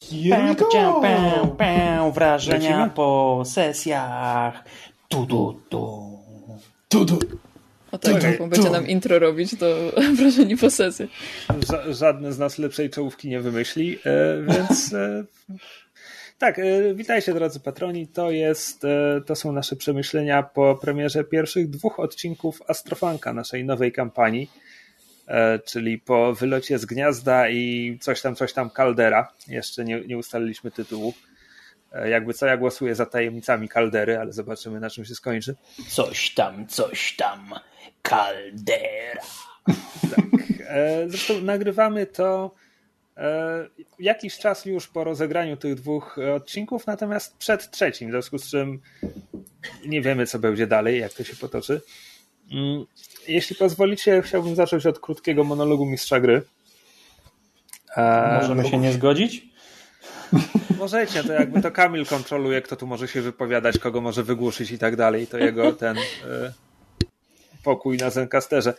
Here we go! Wrażenia Lecimy? po sesjach. Tu. O tak, jak on będzie nam intro robić, to wrażenie po sesji. Żadny z nas lepszej czołówki nie wymyśli, więc tak, witajcie drodzy patroni, to są nasze przemyślenia po premierze pierwszych 2 odcinków Astrofanka, naszej nowej kampanii, czyli po wylocie z gniazda i coś tam Kaldera, jeszcze nie ustaliliśmy tytułu. Jakby co, ja głosuję za tajemnicami Kaldery, ale zobaczymy, na czym się skończy. Coś tam, Kaldera. Tak. Zresztą nagrywamy to jakiś czas już po rozegraniu tych 2 odcinków, natomiast przed trzecim, w związku z czym nie wiemy, co będzie dalej, jak to się potoczy. Jeśli pozwolicie, chciałbym zacząć od krótkiego monologu mistrza gry. Możemy się nie zgodzić? Możecie, to jakby to Kamil kontroluje, kto tu może się wypowiadać, kogo może wygłuszyć i tak dalej. To jego ten pokój na Zencasterze.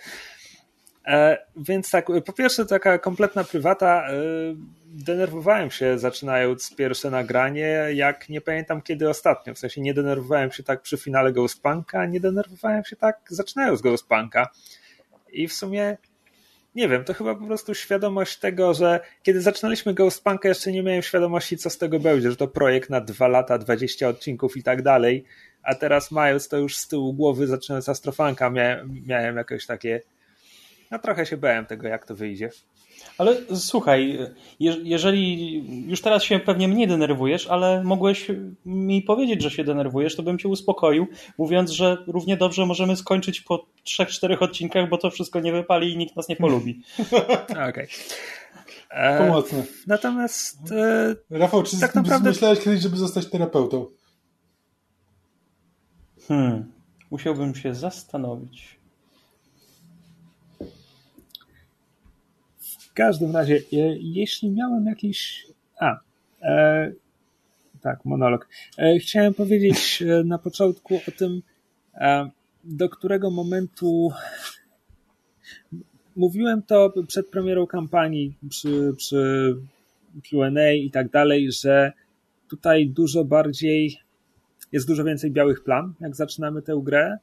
Więc tak, po pierwsze taka kompletna prywata. Denerwowałem się zaczynając pierwsze nagranie, jak nie pamiętam kiedy ostatnio. W sensie nie denerwowałem się tak przy finale Ghostpunka, nie denerwowałem się tak zaczynając Ghostpunka. I w sumie nie wiem, to chyba po prostu świadomość tego, że kiedy zaczynaliśmy Ghostpunka, jeszcze nie miałem świadomości, co z tego będzie, że to projekt na 2 lata, 20 odcinków i tak dalej, a teraz mając to już z tyłu głowy, zaczynając Astrofanka, miałem jakoś takie, no trochę się bałem tego, jak to wyjdzie. Ale słuchaj, jeżeli już teraz się pewnie mniej denerwujesz, ale mogłeś mi powiedzieć, że się denerwujesz, to bym cię uspokoił, mówiąc, że równie dobrze możemy skończyć po 3-4 odcinkach, bo to wszystko nie wypali i nikt nas nie polubi. Okej. Pomocne. Natomiast Rafał, czy tak naprawdę myślałeś kiedyś, żeby zostać terapeutą? Musiałbym się zastanowić. W każdym razie, jeśli miałem jakiś... tak, monolog. Chciałem powiedzieć na początku o tym, do którego momentu... Mówiłem to przed premierą kampanii przy Q&A i tak dalej, że tutaj jest dużo więcej białych plam, jak zaczynamy tę grę.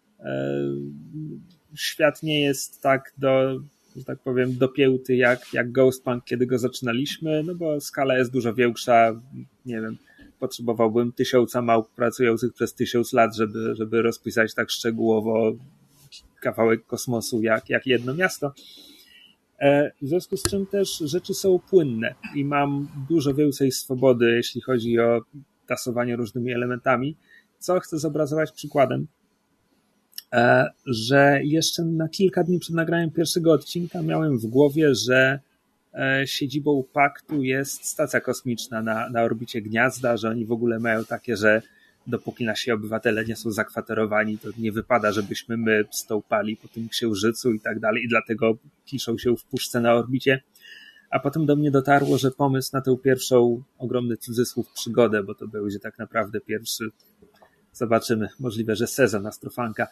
Świat nie jest tak że tak powiem, dopięty jak Ghostpunk, kiedy go zaczynaliśmy, no bo skala jest dużo większa, nie wiem, potrzebowałbym 1000 małp pracujących przez 1000 lat, żeby rozpisać tak szczegółowo kawałek kosmosu jak jedno miasto. W związku z czym też rzeczy są płynne i mam dużo więcej swobody, jeśli chodzi o tasowanie różnymi elementami, co chcę zobrazować przykładem, że jeszcze na kilka dni przed nagraniem pierwszego odcinka miałem w głowie, że siedzibą paktu jest stacja kosmiczna na orbicie gniazda, że oni w ogóle mają takie, że dopóki nasi obywatele nie są zakwaterowani, to nie wypada, żebyśmy my stąpali po tym księżycu i tak dalej i dlatego kiszą się w puszce na orbicie. A potem do mnie dotarło, że pomysł na tę pierwszą, ogromny cudzysłów, przygodę, bo to będzie tak naprawdę pierwszy, zobaczymy, możliwe, że sezon Astrofanka,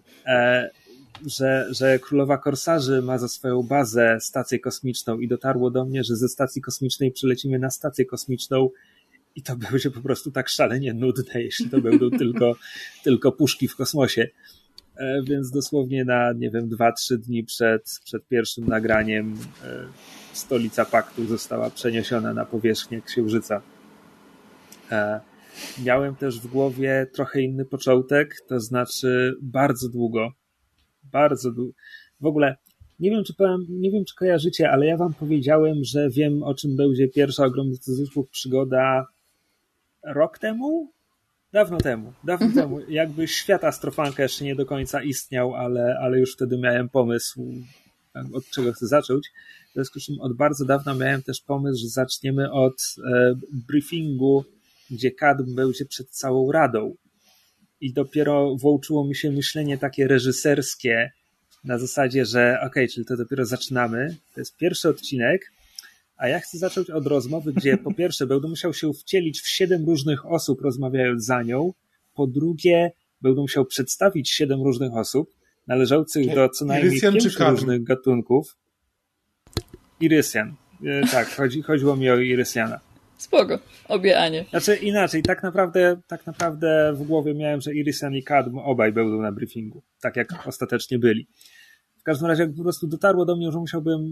że Królowa Korsarzy ma za swoją bazę stację kosmiczną i dotarło do mnie, że ze stacji kosmicznej przylecimy na stację kosmiczną i to będzie po prostu tak szalenie nudne, jeśli to będą tylko puszki w kosmosie. Więc dosłownie na, nie wiem, 2-3 dni przed pierwszym nagraniem stolica paktu została przeniesiona na powierzchnię Księżyca. Miałem też w głowie trochę inny początek, to znaczy bardzo długo. W ogóle nie wiem, czy kojarzycie, ale ja wam powiedziałem, że wiem, o czym będzie pierwsza ogromna cudzysłów przygoda rok temu? Dawno temu. Jakby świat Astrofanka jeszcze nie do końca istniał, ale już wtedy miałem pomysł, od czego chcę zacząć. W związku z czym od bardzo dawna miałem też pomysł, że zaczniemy od briefingu, gdzie Kadm będzie przed całą radą. I dopiero włączyło mi się myślenie takie reżyserskie na zasadzie, że czyli to dopiero zaczynamy. To jest pierwszy odcinek, a ja chcę zacząć od rozmowy, gdzie po pierwsze będę musiał się wcielić w 7 różnych osób rozmawiając za nią, po drugie będę musiał przedstawić 7 różnych osób należących do co najmniej 5 różnych gatunków. Irysjan. Tak, chodziło mi o Irysjana. Spoko. Obie Anie. Znaczy inaczej, tak naprawdę w głowie miałem, że Irisan i Kadm obaj będą na briefingu, tak jak ostatecznie byli. W każdym razie po prostu dotarło do mnie, że musiałbym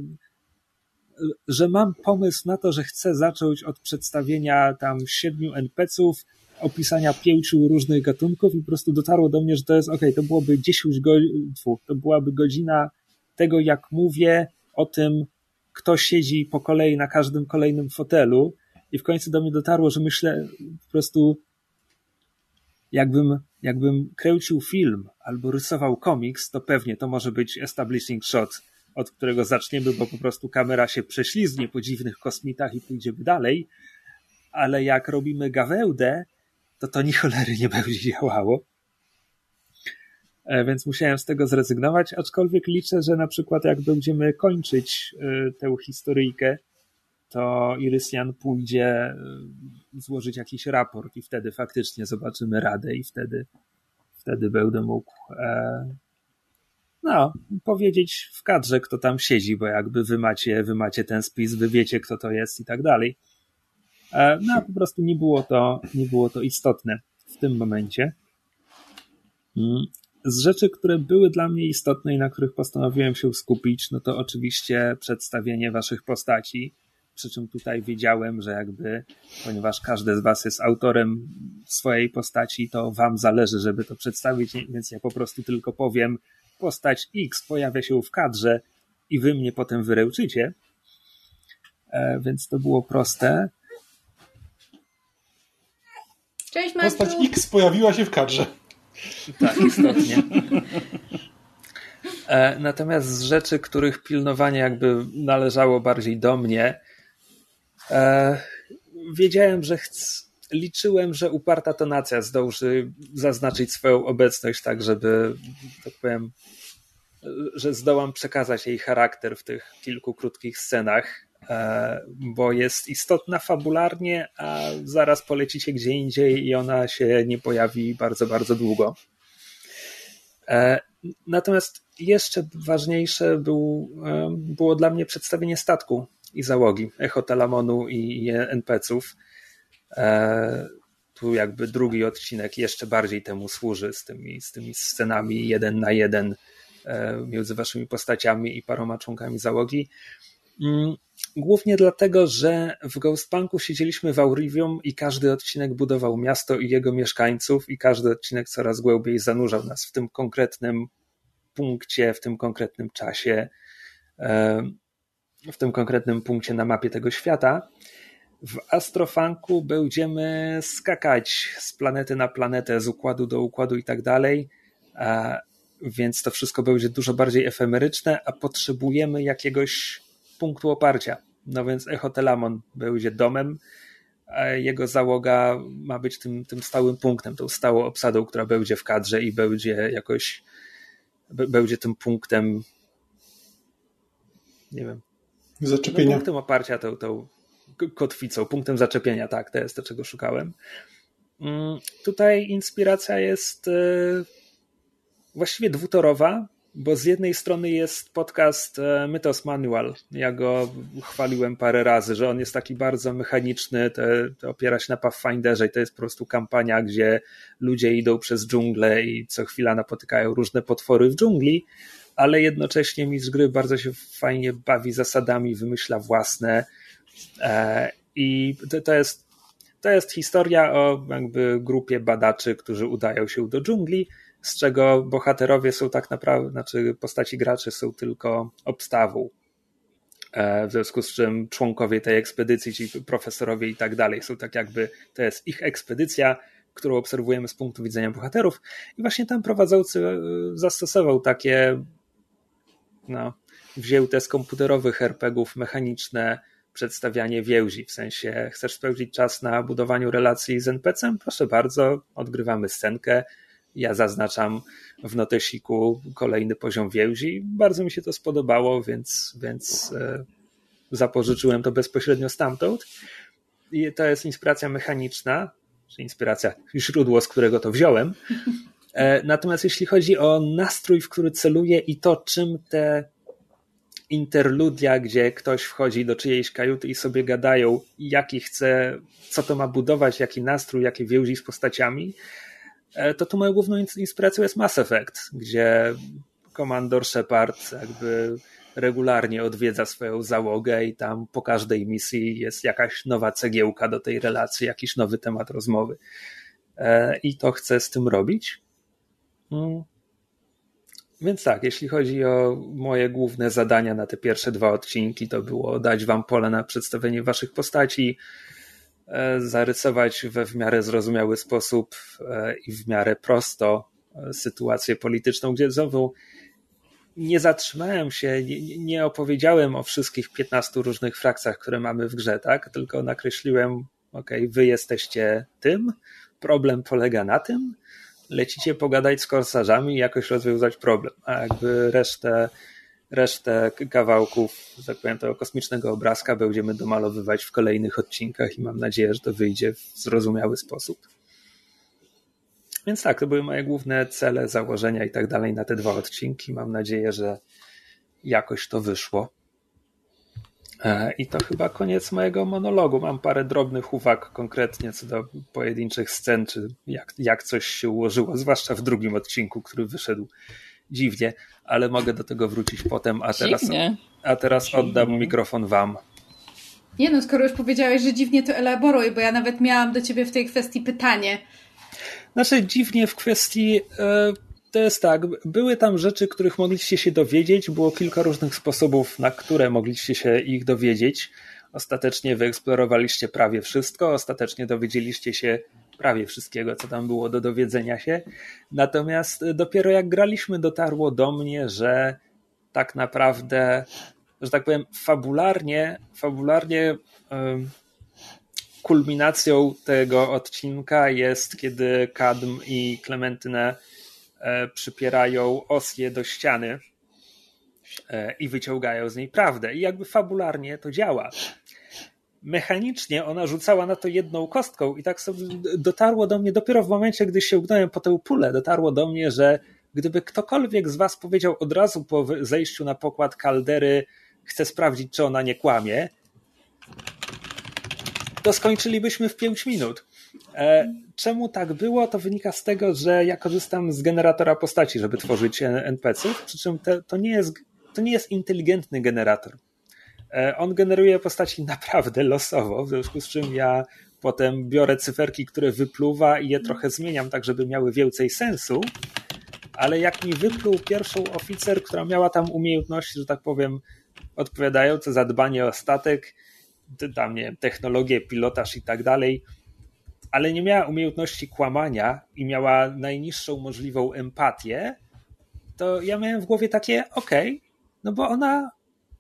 że mam pomysł na to, że chcę zacząć od przedstawienia tam 7 NPC-ów, opisania 5 różnych gatunków i po prostu dotarło do mnie, że to jest to byłoby 10 godzin, to byłaby godzina tego, jak mówię o tym, kto siedzi po kolei na każdym kolejnym fotelu i w końcu do mnie dotarło, że myślę po prostu jakbym kręcił film albo rysował komiks, to pewnie to może być establishing shot, od którego zaczniemy, bo po prostu kamera się prześlizgnie po dziwnych kosmitach i pójdziemy dalej, ale jak robimy gawędę, to ni cholery nie będzie działało. Więc musiałem z tego zrezygnować, aczkolwiek liczę, że na przykład jak będziemy kończyć tę historyjkę, to Irysian pójdzie złożyć jakiś raport i wtedy faktycznie zobaczymy radę i wtedy będę mógł powiedzieć w kadrze, kto tam siedzi, bo jakby wy macie ten spis, wy wiecie, kto to jest i tak dalej. A po prostu nie było to istotne w tym momencie. Z rzeczy, które były dla mnie istotne i na których postanowiłem się skupić, no to oczywiście przedstawienie waszych postaci, przy czym tutaj wiedziałem, że ponieważ każdy z was jest autorem swojej postaci, to wam zależy, żeby to przedstawić, więc ja po prostu tylko powiem, postać X pojawia się w kadrze i wy mnie potem wyrełczycie. Więc to było proste. Cześć, Maciu. Postać X pojawiła się w kadrze. Tak, istotnie. Natomiast z rzeczy, których pilnowanie należało bardziej do mnie, wiedziałem, że liczyłem, że uparta tonacja zdąży zaznaczyć swoją obecność tak, żeby, tak powiem, że zdołam przekazać jej charakter w tych kilku krótkich scenach, bo jest istotna fabularnie, a zaraz polecicie gdzie indziej i ona się nie pojawi bardzo, bardzo długo. Natomiast jeszcze ważniejsze było dla mnie przedstawienie statku i załogi Echo Telamonu i NPC-ów. Tu drugi odcinek jeszcze bardziej temu służy z tymi scenami 1 na 1 między waszymi postaciami i paroma członkami załogi. Głównie dlatego, że w Ghostpunku siedzieliśmy w Aurivium i każdy odcinek budował miasto i jego mieszkańców i każdy odcinek coraz głębiej zanurzał nas w tym konkretnym punkcie, w tym konkretnym czasie, w tym konkretnym punkcie na mapie tego świata. W Astrofunku będziemy skakać z planety na planetę, z układu do układu i tak dalej, więc to wszystko będzie dużo bardziej efemeryczne, a potrzebujemy jakiegoś punktu oparcia. No więc Echo Telamon będzie domem, a jego załoga ma być tym stałym punktem, tą stałą obsadą, która będzie w kadrze i będzie tym punktem, nie wiem, zaczepienia. Punktem oparcia, tą kotwicą, punktem zaczepienia, tak, to jest to, czego szukałem. Tutaj inspiracja jest właściwie dwutorowa, bo z jednej strony jest podcast Mythos Manual. Ja go chwaliłem parę razy, że on jest taki bardzo mechaniczny, to opiera się na Pathfinderze i to jest po prostu kampania, gdzie ludzie idą przez dżunglę i co chwila napotykają różne potwory w dżungli, ale jednocześnie mistrz gry bardzo się fajnie bawi zasadami, wymyśla własne i to jest historia o grupie badaczy, którzy udają się do dżungli, z czego bohaterowie są tak naprawdę, znaczy postaci graczy są tylko obstawą, w związku z czym członkowie tej ekspedycji, ci profesorowie i tak dalej są tak to jest ich ekspedycja, którą obserwujemy z punktu widzenia bohaterów i właśnie tam prowadzący zastosował takie wzięte z komputerowych RPGów mechaniczne przedstawianie więzi, w sensie chcesz spędzić czas na budowaniu relacji z NPC-em? Proszę bardzo, odgrywamy scenkę, ja zaznaczam w notesiku kolejny poziom więzi. Bardzo mi się to spodobało, więc zapożyczyłem to bezpośrednio stamtąd. I to jest inspiracja mechaniczna, czy inspiracja, źródło, z którego to wziąłem. Natomiast jeśli chodzi o nastrój, w który celuję i to, czym te interludia, gdzie ktoś wchodzi do czyjejś kajuty i sobie gadają, jaki chce, co to ma budować, jaki nastrój, jakie więzi z postaciami, to tu moją główną inspiracją jest Mass Effect, gdzie komandor Shepard jakby regularnie odwiedza swoją załogę i tam po każdej misji jest jakaś nowa cegiełka do tej relacji, jakiś nowy temat rozmowy. I to chcę z tym robić. Więc tak, jeśli chodzi o moje główne zadania na te pierwsze 2 odcinki, to było dać wam pole na przedstawienie waszych postaci, zarysować we w miarę zrozumiały sposób i w miarę prosto sytuację polityczną, gdzie znowu nie zatrzymałem się, nie opowiedziałem o wszystkich 15 różnych frakcjach, które mamy w grze, tak? Tylko nakreśliłem, wy jesteście tym, problem polega na tym, lecicie pogadać z korsarzami i jakoś rozwiązać problem, a jakby resztę kawałków, że tak powiem, tego kosmicznego obrazka będziemy domalowywać w kolejnych odcinkach i mam nadzieję, że to wyjdzie w zrozumiały sposób. Więc tak, to były moje główne cele, założenia i tak dalej na te 2 odcinki. Mam nadzieję, że jakoś to wyszło. I to chyba koniec mojego monologu. Mam parę drobnych uwag konkretnie co do pojedynczych scen, czy jak coś się ułożyło, zwłaszcza w drugim odcinku, który wyszedł dziwnie, ale mogę do tego wrócić potem, a teraz oddam mikrofon wam. Nie no, skoro już powiedziałeś, że dziwnie, to elaboruj, bo ja nawet miałam do ciebie w tej kwestii pytanie. Znaczy dziwnie w kwestii, to jest tak, były tam rzeczy, których mogliście się dowiedzieć, było kilka różnych sposobów, na które mogliście się ich dowiedzieć. Ostatecznie wyeksplorowaliście prawie wszystko, ostatecznie dowiedzieliście się prawie wszystkiego, co tam było do dowiedzenia się. Natomiast dopiero jak graliśmy, dotarło do mnie, że tak naprawdę, że tak powiem, fabularnie kulminacją tego odcinka jest, kiedy Kadm i Klementynę przypierają Osję do ściany i wyciągają z niej prawdę. I jakby fabularnie to działa. Mechanicznie ona rzucała na to jedną kostką i tak sobie dotarło do mnie, dopiero w momencie, gdy sięgnąłem po tę pulę, dotarło do mnie, że gdyby ktokolwiek z was powiedział od razu po zejściu na pokład kaldery, chce sprawdzić, czy ona nie kłamie, to skończylibyśmy w 5 minut. Czemu tak było? To wynika z tego, że ja korzystam z generatora postaci, żeby tworzyć NPC-ów, przy czym to nie jest inteligentny generator. On generuje postaci naprawdę losowo, w związku z czym ja potem biorę cyferki, które wypluwa i je trochę zmieniam tak, żeby miały więcej sensu, ale jak mi wypluł pierwszą oficer, która miała tam umiejętności, że tak powiem, odpowiadające za dbanie o statek, tam nie wiem, technologię, pilotaż i tak dalej, ale nie miała umiejętności kłamania i miała najniższą możliwą empatię, to ja miałem w głowie takie, no bo ona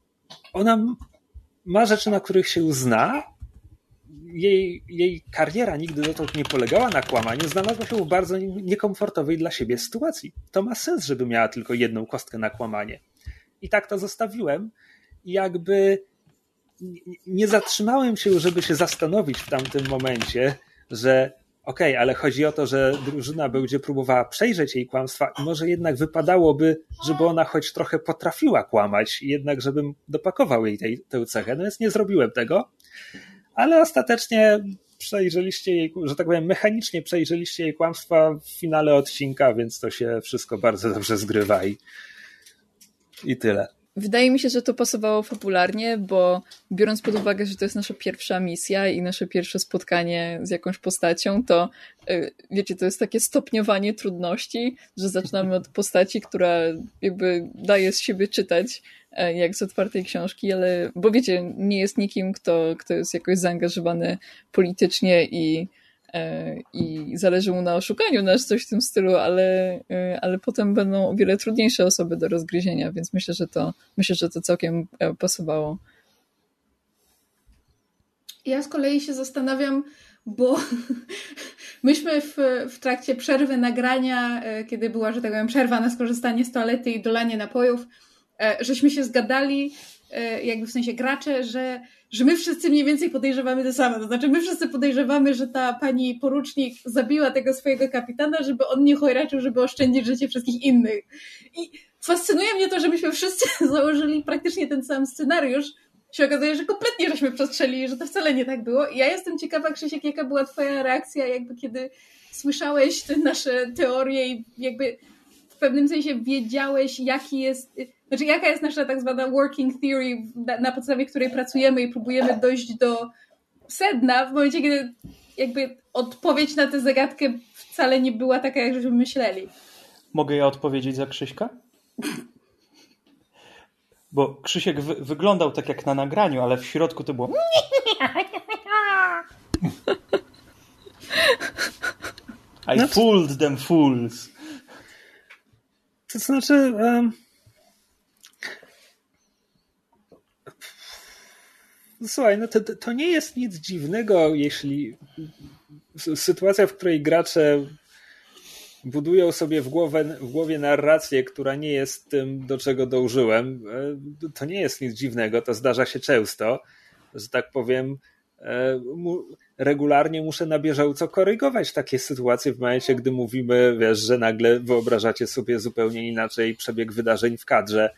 ma rzeczy, na których się zna, jej kariera nigdy dotąd nie polegała na kłamaniu, znalazła się w bardzo niekomfortowej dla siebie sytuacji. To ma sens, żeby miała tylko jedną kostkę na kłamanie. I tak to zostawiłem i jakby nie zatrzymałem się, żeby się zastanowić w tamtym momencie, że ale chodzi o to, że drużyna będzie próbowała przejrzeć jej kłamstwa i może jednak wypadałoby, żeby ona choć trochę potrafiła kłamać i jednak żebym dopakował jej tę cechę. No więc nie zrobiłem tego, ale ostatecznie przejrzeliście jej, że tak powiem, mechanicznie przejrzeliście jej kłamstwa w finale odcinka, więc to się wszystko bardzo dobrze zgrywa i tyle. Wydaje mi się, że to pasowało fabularnie, bo biorąc pod uwagę, że to jest nasza pierwsza misja i nasze pierwsze spotkanie z jakąś postacią, to wiecie, to jest takie stopniowanie trudności, że zaczynamy od postaci, która jakby daje z siebie czytać jak z otwartej książki, ale bo wiecie, nie jest nikim, kto jest jakoś zaangażowany politycznie i zależy mu na oszukaniu nas, coś w tym stylu, ale potem będą o wiele trudniejsze osoby do rozgryzienia, więc myślę, że to całkiem pasowało. Ja z kolei się zastanawiam, bo myśmy w trakcie przerwy nagrania, kiedy była, że tak powiem, przerwa na skorzystanie z toalety i dolanie napojów, żeśmy się zgadali, jakby w sensie gracze, że my wszyscy mniej więcej podejrzewamy to samo. To znaczy my wszyscy podejrzewamy, że ta pani porucznik zabiła tego swojego kapitana, żeby on nie chojraczył, żeby oszczędzić życie wszystkich innych. I fascynuje mnie to, że myśmy wszyscy założyli praktycznie ten sam scenariusz. Się okazuje, że kompletnie żeśmy przestrzelili, że to wcale nie tak było. I ja jestem ciekawa, Krzysiek, jaka była twoja reakcja, jakby kiedy słyszałeś te nasze teorie i jakby w pewnym sensie wiedziałeś, jaka jest nasza tak zwana working theory, na podstawie której pracujemy i próbujemy dojść do sedna, w momencie, kiedy jakby odpowiedź na tę zagadkę wcale nie była taka, jak żeśmy myśleli. Mogę ja odpowiedzieć za Krzyśka? Bo Krzysiek wyglądał tak jak na nagraniu, ale w środku to było I fooled them fools. To znaczy... Słuchaj, no to nie jest nic dziwnego, jeśli sytuacja, w której gracze budują sobie w głowie narrację, która nie jest tym, do czego dążyłem, to nie jest nic dziwnego, to zdarza się często, że tak powiem, regularnie muszę na bieżąco korygować takie sytuacje w momencie, gdy mówimy, wiesz, że nagle wyobrażacie sobie zupełnie inaczej przebieg wydarzeń w kadrze,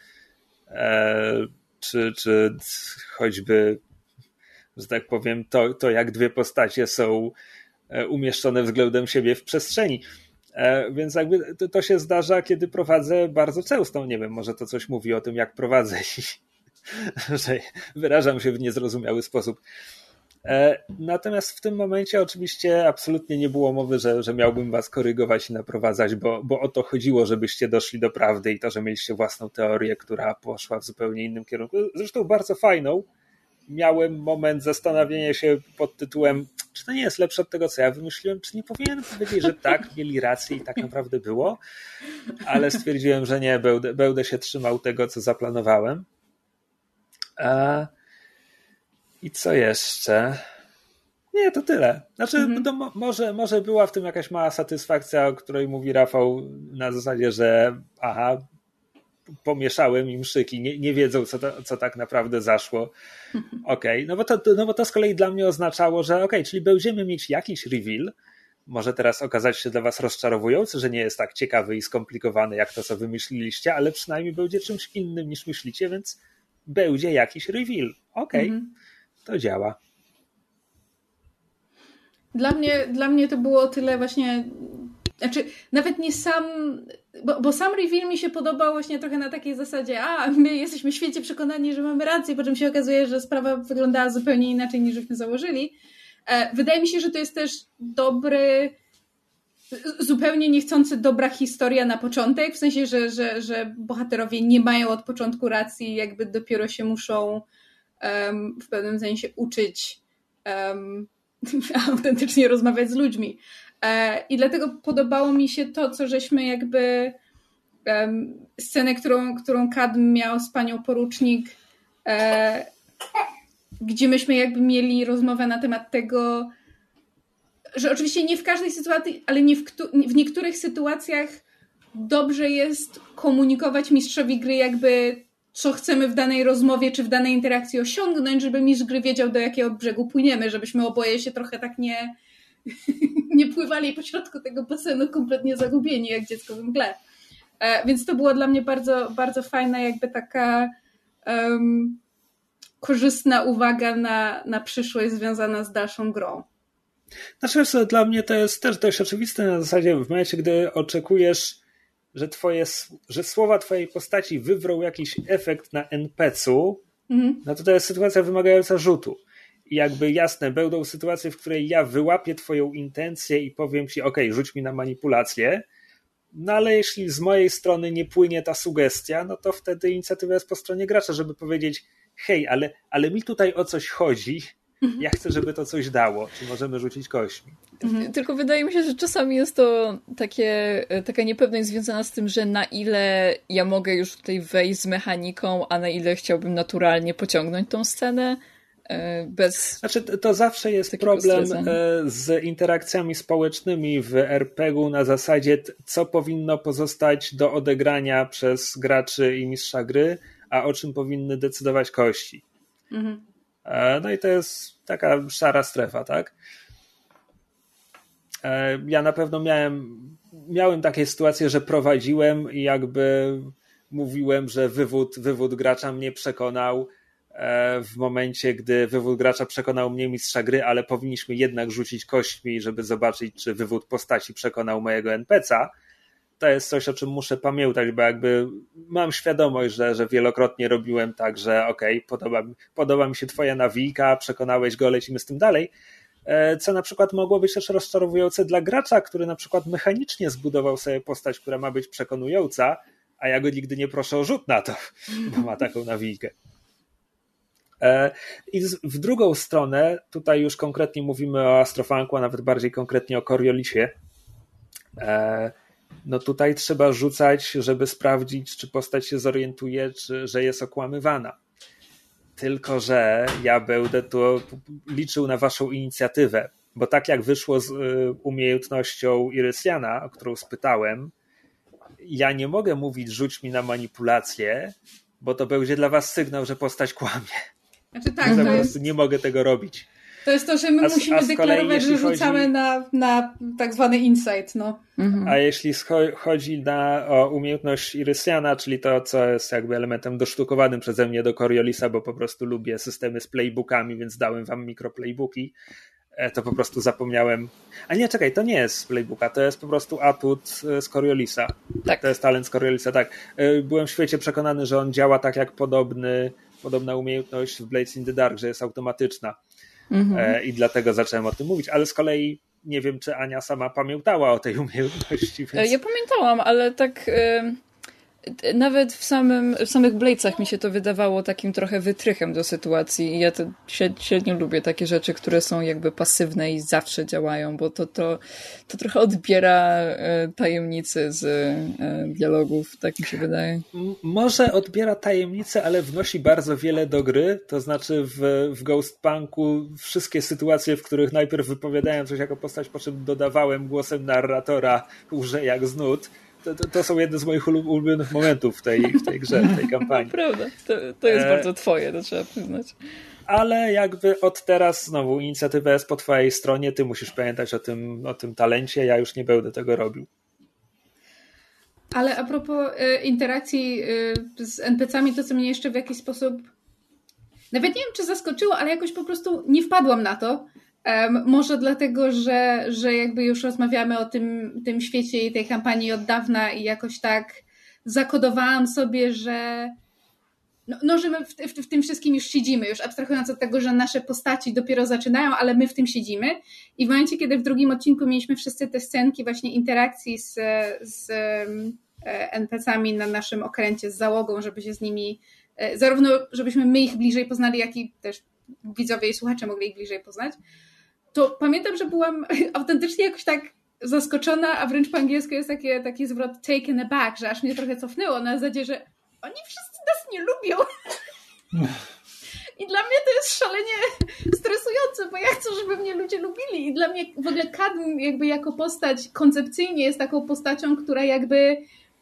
czy choćby, że tak powiem, to jak dwie postacie są umieszczone względem siebie w przestrzeni. Więc jakby to się zdarza, kiedy prowadzę bardzo często. Nie wiem, może to coś mówi o tym, jak prowadzę i że wyrażam się w niezrozumiały sposób. Natomiast w tym momencie oczywiście absolutnie nie było mowy, że miałbym was korygować i naprowadzać, bo o to chodziło, żebyście doszli do prawdy i to, że mieliście własną teorię, która poszła w zupełnie innym kierunku. Zresztą bardzo fajną. Miałem moment zastanawiania się pod tytułem, czy to nie jest lepsze od tego, co ja wymyśliłem, czy nie powinienem powiedzieć, że tak, mieli rację i tak naprawdę było, ale stwierdziłem, że nie, będę się trzymał tego, co zaplanowałem. I co jeszcze? Nie, to tyle. Znaczy, to może była w tym jakaś mała satysfakcja, o której mówi Rafał, na zasadzie, że pomieszałem im szyki, nie wiedzą, co tak naprawdę zaszło. Okej, no bo to z kolei dla mnie oznaczało, że czyli będziemy mieć jakiś reveal, może teraz okazać się dla was rozczarowujący, że nie jest tak ciekawy i skomplikowany, jak to, co wymyśliliście, ale przynajmniej będzie czymś innym niż myślicie, więc będzie jakiś reveal. To działa. Dla mnie to było tyle właśnie, znaczy nawet nie sam, bo sam reveal mi się podobał właśnie trochę na takiej zasadzie, my jesteśmy święcie przekonani, że mamy rację, po czym się okazuje, że sprawa wyglądała zupełnie inaczej niż żeśmy założyli. Wydaje mi się, że to jest też dobry, zupełnie niechcący dobra historia na początek, w sensie, że bohaterowie nie mają od początku racji, jakby dopiero się muszą w pewnym sensie uczyć autentycznie rozmawiać z ludźmi. I dlatego podobało mi się to, co żeśmy jakby scenę, którą Kadm miał z panią porucznik, gdzie myśmy jakby mieli rozmowę na temat tego, że oczywiście nie w każdej sytuacji, ale w niektórych sytuacjach dobrze jest komunikować mistrzowi gry jakby co chcemy w danej rozmowie czy w danej interakcji osiągnąć, żeby mistrz gry wiedział, do jakiego brzegu płyniemy, żebyśmy oboje się trochę tak nie pływali po środku tego basenu kompletnie zagubieni jak dziecko w mgle. Więc to było dla mnie bardzo, bardzo fajna jakby taka korzystna uwaga na przyszłość związana z dalszą grą. Znaczy, dla mnie to jest też dość oczywiste na zasadzie w momencie, gdy oczekujesz, że słowa twojej postaci wywrą jakiś efekt na NPC-u, no to jest sytuacja wymagająca rzutu. I jakby jasne, będą sytuacje, w której ja wyłapię twoją intencję i powiem ci, rzuć mi na manipulację, no ale jeśli z mojej strony nie płynie ta sugestia, no to wtedy inicjatywa jest po stronie gracza, żeby powiedzieć, hej, ale mi tutaj o coś chodzi, ja chcę, żeby to coś dało, czy możemy rzucić kośćmi. Tylko wydaje mi się, że czasami jest to taka niepewność związana z tym, że na ile ja mogę już tutaj wejść z mechaniką, a na ile chciałbym naturalnie pociągnąć tą scenę bez... Znaczy, to zawsze jest problem z interakcjami społecznymi w RPG-u na zasadzie, co powinno pozostać do odegrania przez graczy i mistrza gry, a o czym powinny decydować kości. No i to jest taka szara strefa, tak? Ja na pewno miałem takie sytuacje, że prowadziłem i jakby mówiłem, że wywód gracza mnie przekonał w momencie, gdy wywód gracza przekonał mnie mistrza gry, ale powinniśmy jednak rzucić kośćmi, żeby zobaczyć, czy wywód postaci przekonał mojego NPC-a. To jest coś, o czym muszę pamiętać, bo jakby mam świadomość, że wielokrotnie robiłem tak, że okej, podoba mi się twoja nawijka, przekonałeś go, lecimy z tym dalej, co na przykład mogło być też rozczarowujące dla gracza, który na przykład mechanicznie zbudował sobie postać, która ma być przekonująca, a ja go nigdy nie proszę o rzut na to, bo ma taką nawijkę. I w drugą stronę, tutaj już konkretnie mówimy o Astrofunku, a nawet bardziej konkretnie o Coriolisie. No tutaj trzeba rzucać, żeby sprawdzić, czy postać się zorientuje, czy że jest okłamywana. Tylko że ja będę tu liczył na waszą inicjatywę, bo tak jak wyszło z umiejętnością Irysiana, o którą spytałem, ja nie mogę mówić rzuć mi na manipulację, bo to będzie dla was sygnał, że postać kłamie. Znaczy tak, Ja to po jest... prostu nie mogę tego robić. To jest to, że my musimy deklarować, że rzucamy na tak zwany insight. No. A jeśli chodzi o umiejętność Irysiana, czyli to, co jest jakby elementem dosztukowanym przeze mnie do Coriolisa, bo po prostu lubię systemy z playbookami, więc dałem wam mikroplaybooki, to po prostu zapomniałem. A nie, czekaj, to nie jest z playbooka, to jest po prostu atut z Coriolisa. Tak. To jest talent z Coriolisa, tak. Byłem w świecie przekonany, że on działa tak jak podobna umiejętność w Blades in the Dark, że jest automatyczna. I dlatego zacząłem o tym mówić, ale z kolei nie wiem, czy Ania sama pamiętała o tej umiejętności. Więc... Ja pamiętałam, ale tak nawet w samych Bladesach mi się to wydawało takim trochę wytrychem do sytuacji i ja to średnio lubię takie rzeczy, które są jakby pasywne i zawsze działają, bo to trochę odbiera tajemnicy z dialogów, tak mi się wydaje. Może odbiera tajemnice, ale wnosi bardzo wiele do gry, to znaczy w Ghostpunku wszystkie sytuacje, w których najpierw wypowiadałem coś jako postać, po czym dodawałem głosem narratora łże jak z nut. To są jedne z moich ulubionych momentów w tej grze, w tej kampanii. Prawda, to jest bardzo twoje, to trzeba przyznać. Ale jakby od teraz znowu inicjatywa jest po twojej stronie, ty musisz pamiętać o tym talencie, ja już nie będę tego robił. Ale a propos interakcji z NPC-ami, to co mnie jeszcze w jakiś sposób nawet nie wiem, czy zaskoczyło, ale jakoś po prostu nie wpadłam na to. Może dlatego, że jakby już rozmawiamy o tym świecie i tej kampanii od dawna i jakoś tak zakodowałam sobie, że że my w tym wszystkim już siedzimy, już abstrahując od tego, że nasze postaci dopiero zaczynają, ale my w tym siedzimy. I w momencie, kiedy w drugim odcinku mieliśmy wszyscy te scenki właśnie interakcji z NPC-ami na naszym okręcie, z załogą, żeby się z nimi, zarówno żebyśmy my ich bliżej poznali, jak i też widzowie i słuchacze mogli ich bliżej poznać, to pamiętam, że byłam autentycznie jakoś tak zaskoczona, a wręcz po angielsku jest taki zwrot taken aback, że aż mnie trochę cofnęło na zasadzie, że oni wszyscy nas nie lubią. I dla mnie to jest szalenie stresujące, bo ja chcę, żeby mnie ludzie lubili. I dla mnie w ogóle Kadm jakby jako postać koncepcyjnie jest taką postacią, która jakby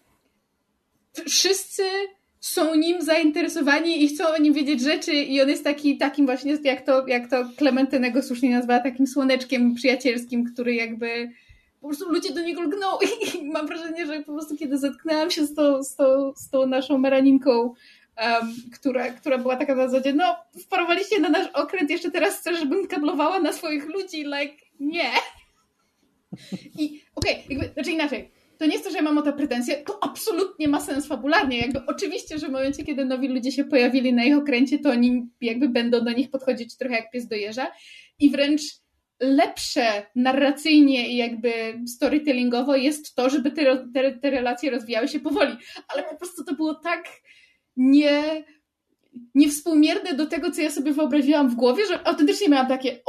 wszyscy są nim zainteresowani i chcą o nim wiedzieć rzeczy i on jest takim właśnie, jak to Klementyna go słusznie nazwała, takim słoneczkiem przyjacielskim, który jakby po prostu ludzie do niego lgną i mam wrażenie, że po prostu kiedy zetknęłam się z tą naszą Meraninką, która była taka na zasadzie, wparowaliście na nasz okręt, jeszcze teraz chcesz, żebym kablowała na swoich ludzi, nie. I znaczy inaczej, to nie jest to, że ja mam o to pretensje, to absolutnie ma sens fabularnie. Jakby oczywiście, że w momencie, kiedy nowi ludzie się pojawili na ich okręcie, to oni jakby będą do nich podchodzić trochę jak pies do jeża i wręcz lepsze narracyjnie i jakby storytellingowo jest to, żeby te relacje rozwijały się powoli. Ale po prostu to było tak niewspółmierne do tego, co ja sobie wyobraziłam w głowie, że autentycznie miałam takie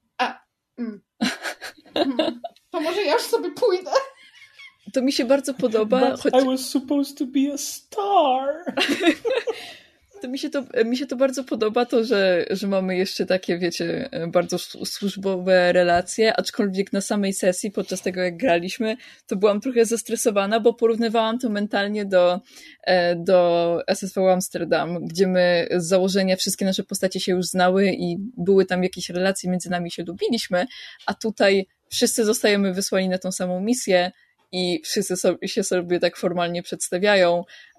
to może ja już sobie pójdę. To mi się bardzo podoba. I was supposed to be a star. To mi się to bardzo podoba, to, że mamy jeszcze takie, wiecie, bardzo służbowe relacje, aczkolwiek na samej sesji, podczas tego jak graliśmy, to byłam trochę zestresowana, bo porównywałam to mentalnie do SSV Amsterdam, gdzie my z założenia wszystkie nasze postacie się już znały i były tam jakieś relacje między nami, się lubiliśmy, a tutaj wszyscy zostajemy wysłani na tą samą misję i wszyscy się sobie tak formalnie przedstawiają,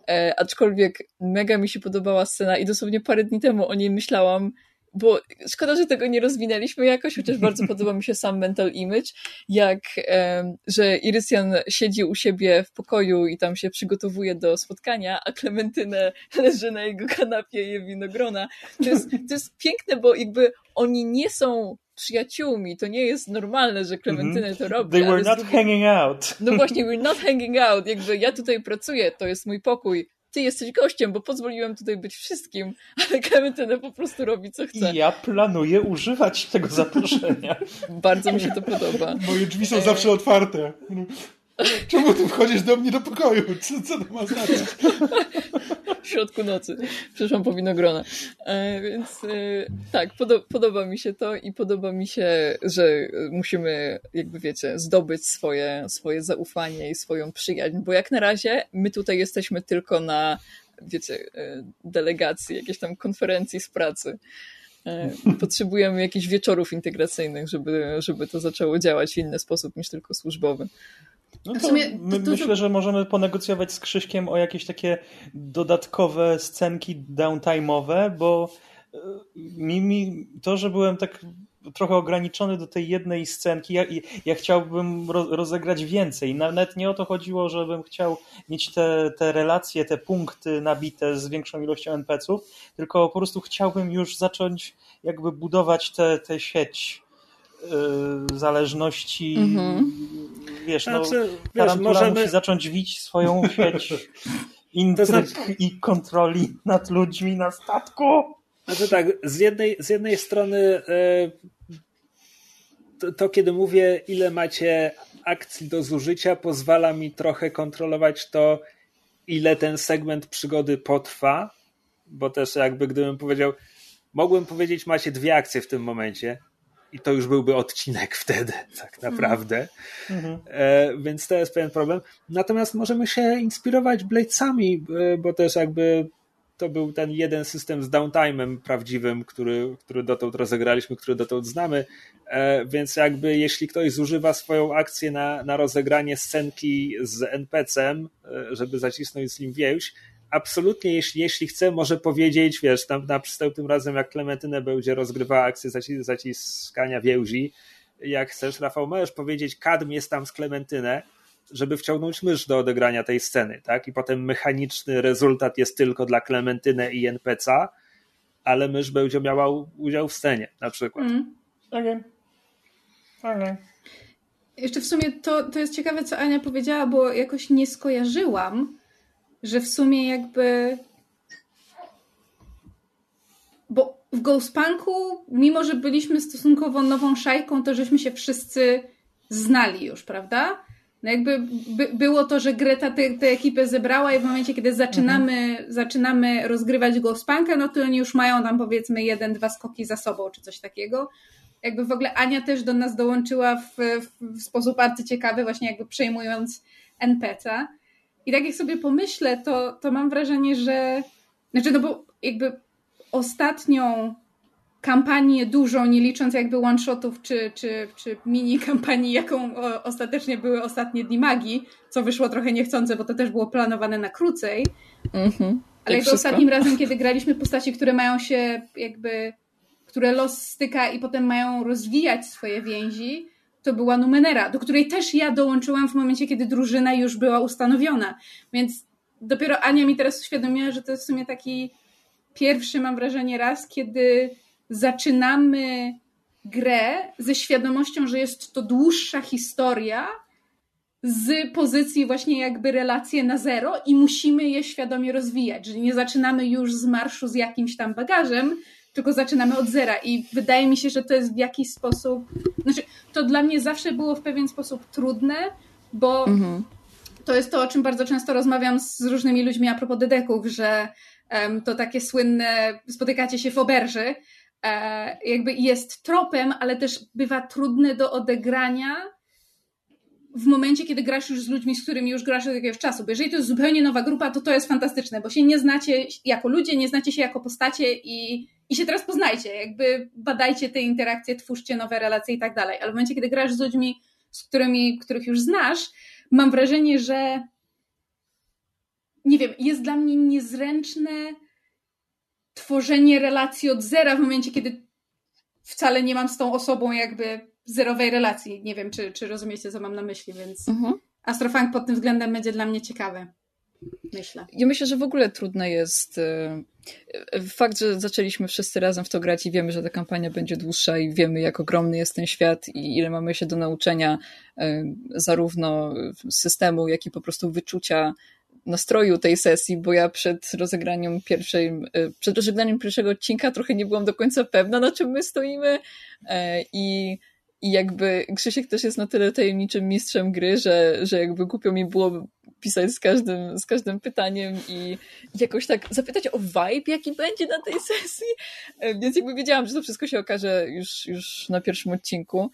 aczkolwiek mega mi się podobała scena i dosłownie parę dni temu o niej myślałam, bo szkoda, że tego nie rozwinęliśmy jakoś, chociaż bardzo podoba mi się sam mental image, że Irysian siedzi u siebie w pokoju i tam się przygotowuje do spotkania, a Klementynę leży na jego kanapie i je winogrona. To jest piękne, bo jakby oni nie są przyjaciółmi, to nie jest normalne, że Klementynę to robi. They were not hanging out. No właśnie, we're not hanging out, jakby ja tutaj pracuję, to jest mój pokój, ty jesteś gościem, bo pozwoliłem tutaj być wszystkim, ale Klementyna po prostu robi co chce. I ja planuję używać tego zaproszenia. Bardzo mi się to podoba. Moje drzwi są zawsze otwarte. Czemu ty wchodzisz do mnie do pokoju? Co to ma znaczyć? W środku nocy. Przyszłam po winogrona. Więc tak, podoba mi się to i podoba mi się, że musimy, jakby wiecie, zdobyć swoje zaufanie i swoją przyjaźń, bo jak na razie my tutaj jesteśmy tylko na, wiecie, delegacji, jakiejś tam konferencji z pracy. Potrzebujemy jakichś wieczorów integracyjnych, żeby to zaczęło działać w inny sposób niż tylko służbowy. No to myślę, że możemy ponegocjować z Krzyśkiem o jakieś takie dodatkowe scenki downtime'owe, bo to, że byłem tak trochę ograniczony do tej jednej scenki, ja chciałbym rozegrać więcej. Nawet nie o to chodziło, żebym chciał mieć te relacje, te punkty nabite z większą ilością NPC-ów, tylko po prostu chciałbym już zacząć jakby budować tę sieć zależności. Wiesz, Tarantula musi zacząć wić swoją sieć intryg i kontroli nad ludźmi na statku. Znaczy tak, z jednej strony to kiedy mówię, ile macie akcji do zużycia, pozwala mi trochę kontrolować to, ile ten segment przygody potrwa, bo też jakby gdybym powiedział, mogłem powiedzieć, macie 2 akcje w tym momencie, i to już byłby odcinek wtedy, tak naprawdę. Więc to jest pewien problem. Natomiast możemy się inspirować Bladesami, bo też jakby to był ten jeden system z downtime'em prawdziwym, który dotąd rozegraliśmy, który dotąd znamy. Więc jakby jeśli ktoś zużywa swoją akcję na rozegranie scenki z NPC-em, żeby zacisnąć z nim więź, absolutnie, jeśli chce, może powiedzieć, wiesz, tam następnym razem, jak Klementynę będzie rozgrywała akcję zaciskania więzi, jak chcesz, Rafał, możesz powiedzieć, Kadm jest tam z Klementynę, żeby wciągnąć mysz do odegrania tej sceny, tak? I potem mechaniczny rezultat jest tylko dla Klementynę i NPC-a, ale mysz będzie miała udział w scenie, na przykład. Okay. Jeszcze w sumie to jest ciekawe, co Ania powiedziała, bo jakoś nie skojarzyłam, że w sumie jakby... Bo w Ghostpunku, mimo że byliśmy stosunkowo nową szajką, to żeśmy się wszyscy znali już, prawda? No jakby było to, że Greta tę ekipę zebrała i w momencie, kiedy zaczynamy rozgrywać Ghostpunka, no to oni już mają tam powiedzmy 1-2 skoki za sobą, czy coś takiego. Jakby w ogóle Ania też do nas dołączyła w sposób arcyciekawy, właśnie jakby przejmując NPC-a. I tak jak sobie pomyślę, to mam wrażenie, że... Znaczy, no bo jakby ostatnią kampanię dużą, nie licząc jakby one-shotów czy mini-kampanii, jaką ostatecznie były ostatnie Dni Magii, co wyszło trochę niechcące, bo to też było planowane na krócej. Ale jakby ostatnim razem, kiedy graliśmy postaci, które mają się jakby... które los styka i potem mają rozwijać swoje więzi, to była Numenera, do której też ja dołączyłam w momencie, kiedy drużyna już była ustanowiona. Więc dopiero Ania mi teraz uświadomiła, że to jest w sumie taki pierwszy, mam wrażenie, raz, kiedy zaczynamy grę ze świadomością, że jest to dłuższa historia z pozycji właśnie jakby relacje na zero i musimy je świadomie rozwijać, że nie zaczynamy już z marszu z jakimś tam bagażem, tylko zaczynamy od zera i wydaje mi się, że to jest w jakiś sposób... Znaczy, to dla mnie zawsze było w pewien sposób trudne, bo to jest to, o czym bardzo często rozmawiam z różnymi ludźmi a propos dedeków, że to takie słynne spotykacie się w oberży, jakby jest tropem, ale też bywa trudne do odegrania w momencie, kiedy grasz już z ludźmi, z którymi już grasz od jakiegoś czasu. Bo jeżeli to jest zupełnie nowa grupa, to jest fantastyczne, bo się nie znacie jako ludzie, nie znacie się jako postacie i się teraz poznajcie, jakby badajcie te interakcje, twórzcie nowe relacje i tak dalej. Ale w momencie, kiedy grasz z ludźmi, których już znasz, mam wrażenie, że nie wiem, jest dla mnie niezręczne tworzenie relacji od zera w momencie, kiedy wcale nie mam z tą osobą jakby zerowej relacji. Nie wiem, czy rozumiecie, co mam na myśli, więc Astrofunk pod tym względem będzie dla mnie ciekawy. Myślę. Ja myślę, że w ogóle trudne jest fakt, że zaczęliśmy wszyscy razem w to grać i wiemy, że ta kampania będzie dłuższa i wiemy, jak ogromny jest ten świat i ile mamy się do nauczenia zarówno systemu, jak i po prostu wyczucia nastroju tej sesji, bo ja przed rozegraniem pierwszego odcinka trochę nie byłam do końca pewna, na czym my stoimy i jakby Krzysiek też jest na tyle tajemniczym mistrzem gry, że jakby głupio mi było pisać z każdym pytaniem i jakoś tak zapytać o vibe, jaki będzie na tej sesji. Więc jakby wiedziałam, że to wszystko się okaże już na pierwszym odcinku,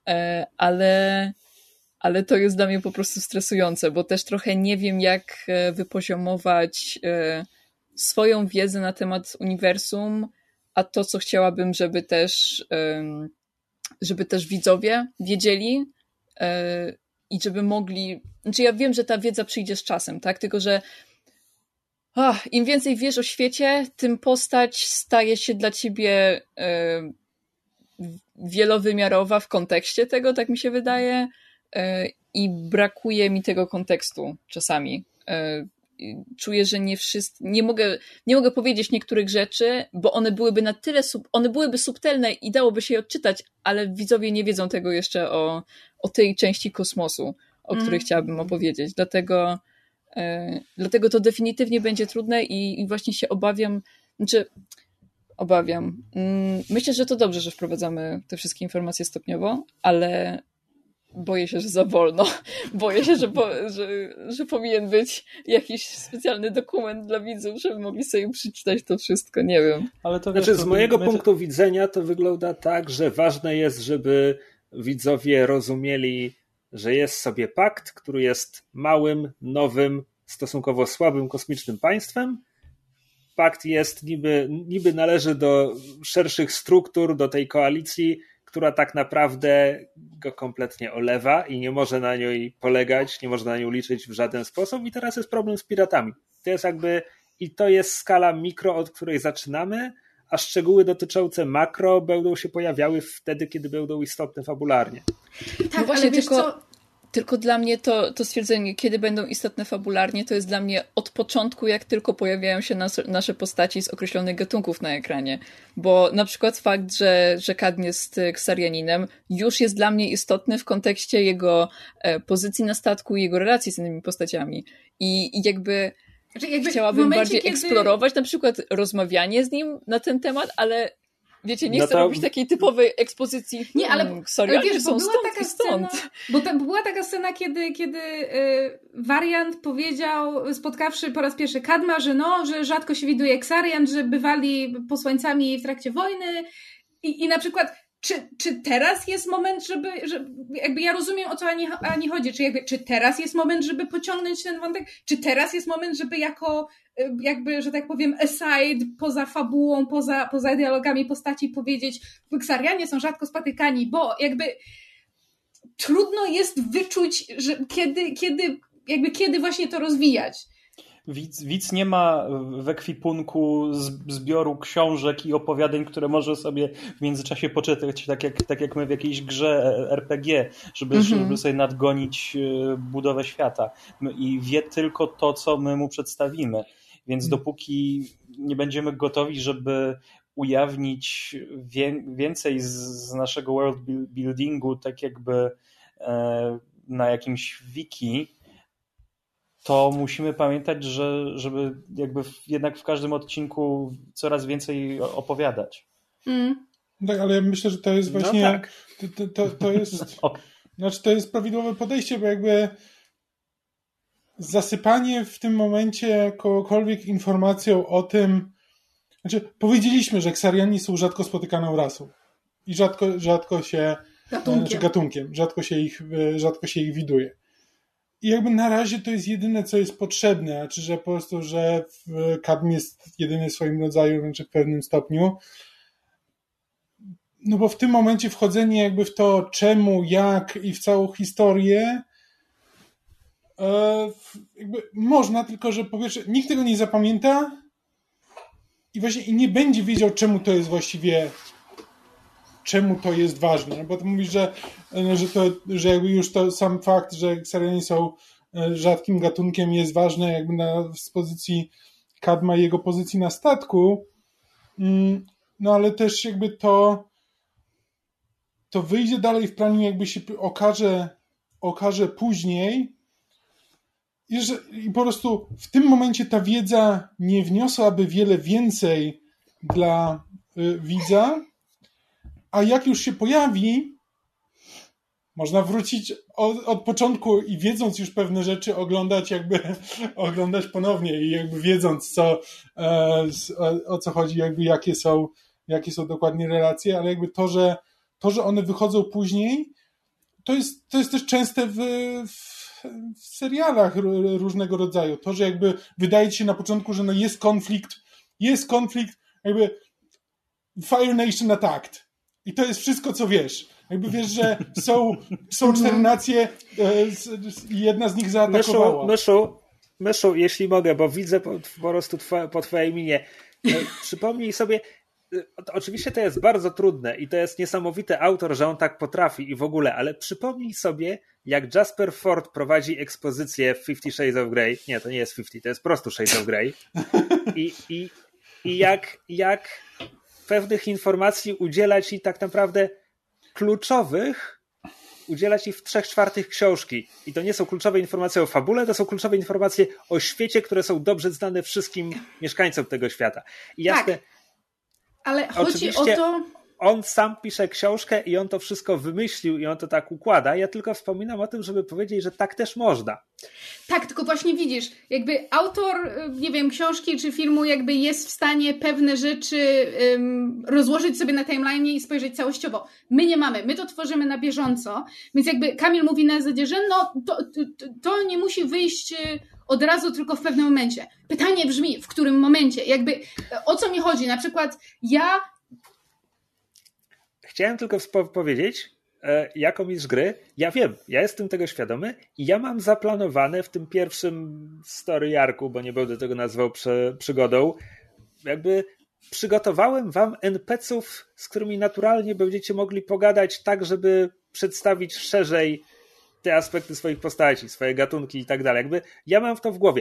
ale to jest dla mnie po prostu stresujące, bo też trochę nie wiem, jak wypoziomować swoją wiedzę na temat uniwersum, a to, co chciałabym, żeby też widzowie wiedzieli i żeby mogli... Znaczy ja wiem, że ta wiedza przyjdzie z czasem, tak? Tylko, że im więcej wiesz o świecie, tym postać staje się dla ciebie wielowymiarowa w kontekście tego, tak mi się wydaje, i brakuje mi tego kontekstu czasami. Czuję, że nie mogę powiedzieć niektórych rzeczy, bo one byłyby na tyle one byłyby subtelne i dałoby się je odczytać, ale widzowie nie wiedzą tego jeszcze o tej części kosmosu, o której chciałabym opowiedzieć. Dlatego to definitywnie będzie trudne i właśnie się obawiam. Myślę, że to dobrze, że wprowadzamy te wszystkie informacje stopniowo, ale boję się, że za wolno. Boję się, że powinien być jakiś specjalny dokument dla widzów, żeby mogli sobie przeczytać to wszystko. Nie wiem. Ale to z mojego punktu widzenia to wygląda tak, że ważne jest, żeby widzowie rozumieli, że jest sobie pakt, który jest małym, nowym, stosunkowo słabym kosmicznym państwem. Pakt jest niby należy do szerszych struktur, do tej koalicji, która tak naprawdę go kompletnie olewa i nie może na niej polegać, nie można na nią liczyć w żaden sposób i teraz jest problem z piratami. To jest skala mikro, od której zaczynamy, a szczegóły dotyczące makro będą się pojawiały wtedy, kiedy będą istotne fabularnie. Tak, no właśnie, ale wiesz tylko dla mnie to stwierdzenie, kiedy będą istotne fabularnie, to jest dla mnie od początku, jak tylko pojawiają się nasze postaci z określonych gatunków na ekranie. Bo na przykład fakt, że Kadm jest Ksarianinem, już jest dla mnie istotny w kontekście jego pozycji na statku i jego relacji z innymi postaciami. I jakby chciałabym bardziej eksplorować na przykład rozmawianie z nim na ten temat, ale wiecie, nie chcę robić takiej typowej ekspozycji. Nie, ale wiesz, bo była taka scena, była taka scena, kiedy Wariant powiedział, spotkawszy po raz pierwszy Kadma, że rzadko się widuje Ksarian, że bywali posłańcami w trakcie wojny i na przykład czy teraz jest moment, żeby jakby ja rozumiem, o co Ani chodzi, czy teraz jest moment, żeby pociągnąć ten wątek, czy teraz jest moment, żeby jakby, że tak powiem, aside, poza fabułą, poza dialogami postaci powiedzieć, Ksarianie są rzadko spotykani, bo jakby trudno jest wyczuć, że kiedy właśnie to rozwijać. Widz nie ma w ekwipunku zbioru książek i opowiadań, które może sobie w międzyczasie poczytać, tak jak my w jakiejś grze RPG, żeby sobie nadgonić budowę świata. I wie tylko to, co my mu przedstawimy. Więc dopóki nie będziemy gotowi, żeby ujawnić więcej z naszego world buildingu, tak jakby na jakimś wiki, to musimy pamiętać, żeby jakby jednak w każdym odcinku coraz więcej opowiadać. Tak, ale ja myślę, że to jest właśnie... No tak. To jest... Znaczy, to jest prawidłowe podejście, bo jakby zasypanie w tym momencie kogokolwiek informacją o tym... Znaczy, powiedzieliśmy, że Ksariani są rzadko spotykaną rasą. I rzadko się... Gatunkiem. Rzadko się ich widuje. I jakby na razie to jest jedyne, co jest potrzebne. Znaczy, że po prostu, że Kadm jest jedyny w swoim rodzaju, znaczy w pewnym stopniu. No bo w tym momencie wchodzenie jakby w to czemu, jak i w całą historię jakby można, tylko że po pierwsze nikt tego nie zapamięta i właśnie i nie będzie wiedział, czemu to jest właściwie, czemu to jest ważne. Bo ty mówisz, że jakby już to sam fakt, że Xariani są rzadkim gatunkiem jest ważne jakby z pozycji Kadma i jego pozycji na statku, no ale też jakby to wyjdzie dalej w planie, jakby się okaże później i po prostu w tym momencie ta wiedza nie wniosłaby wiele więcej dla widza, a jak już się pojawi, można wrócić od początku i wiedząc już pewne rzeczy oglądać ponownie i jakby wiedząc o co chodzi, jakby jakie są dokładnie relacje, ale jakby to, że one wychodzą później, to jest też częste w serialach różnego rodzaju. To, że jakby wydaje ci się na początku, że no jest konflikt, jakby Fire Nation attacked. I to jest wszystko, co wiesz. Jakby wiesz, że są 4 nacje i jedna z nich zaatakowała. Myszu, jeśli mogę, bo widzę po prostu po twojej minie. Przypomnij sobie, oczywiście to jest bardzo trudne i to jest niesamowity autor, że on tak potrafi i w ogóle, ale przypomnij sobie, jak Jasper Ford prowadzi ekspozycję w 50 Shades of Grey. Nie, to nie jest 50, to jest po prostu Shades of Grey. I jak pewnych informacji udzielać i tak naprawdę kluczowych udzielać ich w 3/4 książki. I to nie są kluczowe informacje o fabule, to są kluczowe informacje o świecie, które są dobrze znane wszystkim mieszkańcom tego świata. I jasne, tak, ale chodzi o to... On sam pisze książkę i on to wszystko wymyślił i on to tak układa. Ja tylko wspominam o tym, żeby powiedzieć, że tak też można. Tak, tylko właśnie widzisz, jakby autor, nie wiem, książki czy filmu jakby jest w stanie pewne rzeczy rozłożyć sobie na timeline'ie i spojrzeć całościowo. My nie mamy, my to tworzymy na bieżąco, więc jakby Kamil mówi na zasadzie, że no to nie musi wyjść od razu, tylko w pewnym momencie. Pytanie brzmi, w którym momencie? Jakby o co mi chodzi? Na przykład Chciałem tylko powiedzieć, jako mistrz gry, ja wiem, ja jestem tego świadomy i ja mam zaplanowane w tym pierwszym story arcu, bo nie będę tego nazwał przygodą, jakby przygotowałem wam NPC-ów, z którymi naturalnie będziecie mogli pogadać tak, żeby przedstawić szerzej te aspekty swoich postaci, swoje gatunki i tak dalej. Jakby ja mam to w głowie.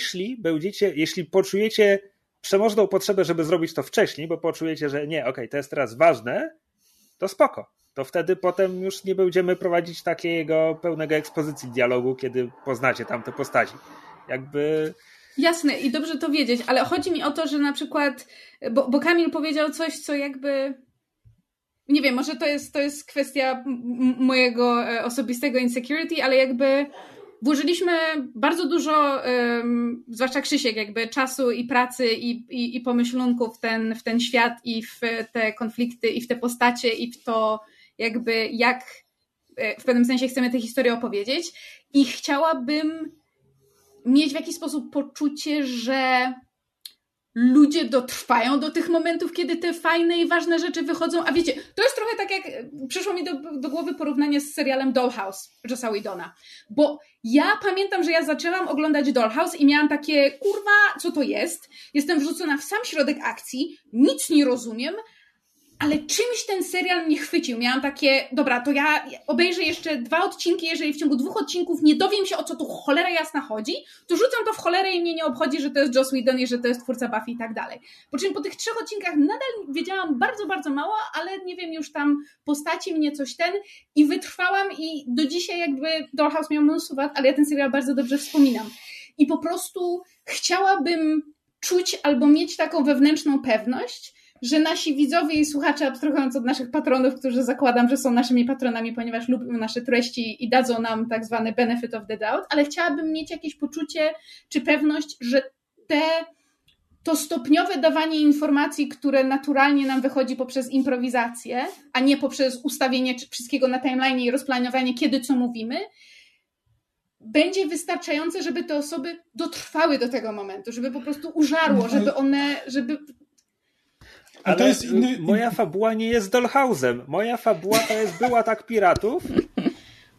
Jeśli poczujecie przemożną potrzebę, żeby zrobić to wcześniej, bo poczujecie, że nie, okej, to jest teraz ważne, to spoko. To wtedy potem już nie będziemy prowadzić takiego pełnego ekspozycji dialogu, kiedy poznacie tamte postaci. Jakby... Jasne i dobrze to wiedzieć, ale chodzi mi o to, że na przykład, bo Kamil powiedział coś, co jakby... Nie wiem, może to jest kwestia mojego osobistego insecurity, ale jakby włożyliśmy bardzo dużo, zwłaszcza Krzysiek, jakby czasu i pracy i pomyślunku w ten świat i w te konflikty i w te postacie i w to jakby jak w pewnym sensie chcemy tę historię opowiedzieć i chciałabym mieć w jakiś sposób poczucie, że ludzie dotrwają do tych momentów, kiedy te fajne i ważne rzeczy wychodzą, a wiecie, to jest trochę tak jak przyszło mi do głowy porównanie z serialem Dollhouse Jossa Whedona, bo ja pamiętam, że ja zaczęłam oglądać Dollhouse i miałam takie, kurwa, co to jest? Jestem wrzucona w sam środek akcji, nic nie rozumiem, ale czymś ten serial mnie chwycił. Miałam takie, dobra, to ja obejrzę jeszcze 2 odcinki, jeżeli w ciągu 2 odcinków nie dowiem się, o co tu cholera jasna chodzi, to rzucam to w cholerę i mnie nie obchodzi, że to jest Joss Whedon i że to jest twórca Buffy i tak dalej. Po czym po tych 3 odcinkach nadal wiedziałam bardzo, bardzo mało, ale nie wiem, już tam postaci mnie coś i wytrwałam i do dzisiaj jakby Dollhouse miał mnóstwo wad, ale ja ten serial bardzo dobrze wspominam. I po prostu chciałabym czuć albo mieć taką wewnętrzną pewność, że nasi widzowie i słuchacze, abstrahując od naszych patronów, którzy zakładam, że są naszymi patronami, ponieważ lubią nasze treści i dadzą nam tak zwany benefit of the doubt, ale chciałabym mieć jakieś poczucie czy pewność, że to stopniowe dawanie informacji, które naturalnie nam wychodzi poprzez improwizację, a nie poprzez ustawienie wszystkiego na timeline i rozplanowanie, kiedy co mówimy, będzie wystarczające, żeby te osoby dotrwały do tego momentu, żeby po prostu użarło, żeby Ale to jest moja fabuła nie jest Dollhouse'em. Moja fabuła to jest Był atak piratów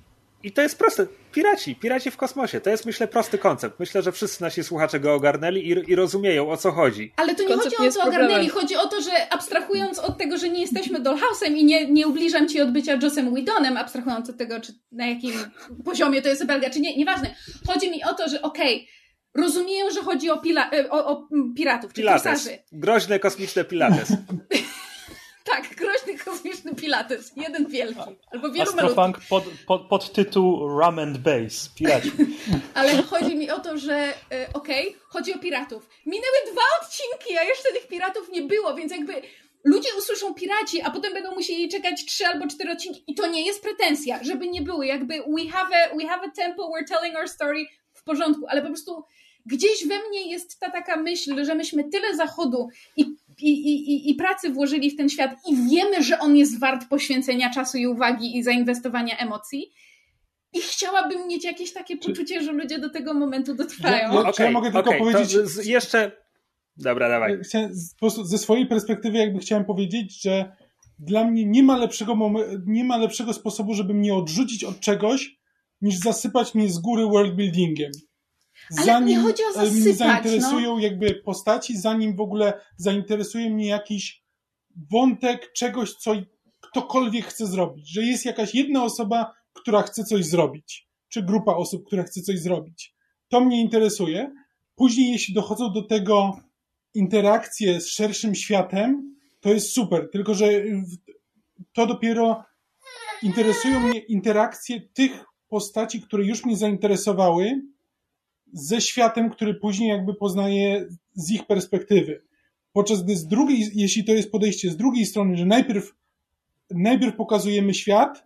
I to jest proste. Piraci w kosmosie. To jest, myślę, prosty koncept. Myślę, że wszyscy nasi słuchacze go ogarnęli i rozumieją, o co chodzi. Ale to nie chodzi o to ogarnęli. Chodzi o to, że abstrahując od tego, że nie jesteśmy Dollhouse'em i nie ubliżam ci od bycia Jossem Whedonem, abstrahując od tego, czy na jakim poziomie to jest Belga, czy nie, nieważne. Chodzi mi o to, że rozumieją, że chodzi o piratów, czy pisarzy. Groźne kosmiczne pilates. Tak, groźny kosmiczny pilates. Jeden wielki. Albo wielu Astrofunk pod tytuł Rum and Bass. Piraci. Ale chodzi mi o to, że chodzi o piratów. Minęły 2 odcinki, a jeszcze tych piratów nie było, więc jakby ludzie usłyszą piraci, a potem będą musieli czekać 3 albo 4 odcinki i to nie jest pretensja, żeby nie były. Jakby we have a tempo, we're telling our story, w porządku, ale po prostu gdzieś we mnie jest ta taka myśl, że myśmy tyle zachodu i pracy włożyli w ten świat i wiemy, że on jest wart poświęcenia czasu i uwagi i zainwestowania emocji i chciałabym mieć jakieś takie poczucie, że ludzie do tego momentu dotrwają. Ja mogę tylko powiedzieć... Jeszcze... Dobra, dawaj. Po prostu ze swojej perspektywy jakby chciałem powiedzieć, że dla mnie nie ma lepszego sposobu, żeby mnie odrzucić od czegoś, niż zasypać mnie z góry worldbuildingiem. Ale nie chodzi o zasypać, mnie zainteresują jakby postaci, zanim w ogóle zainteresuje mnie jakiś wątek czegoś, co ktokolwiek chce zrobić. Że jest jakaś jedna osoba, która chce coś zrobić. Czy grupa osób, która chce coś zrobić. To mnie interesuje. Później, jeśli dochodzą do tego interakcje z szerszym światem, to jest super. Tylko że to dopiero interesują mnie interakcje tych postaci, które już mnie zainteresowały, ze światem, który później jakby poznaję z ich perspektywy. Podczas gdy jeśli to jest podejście z drugiej strony, że najpierw pokazujemy świat,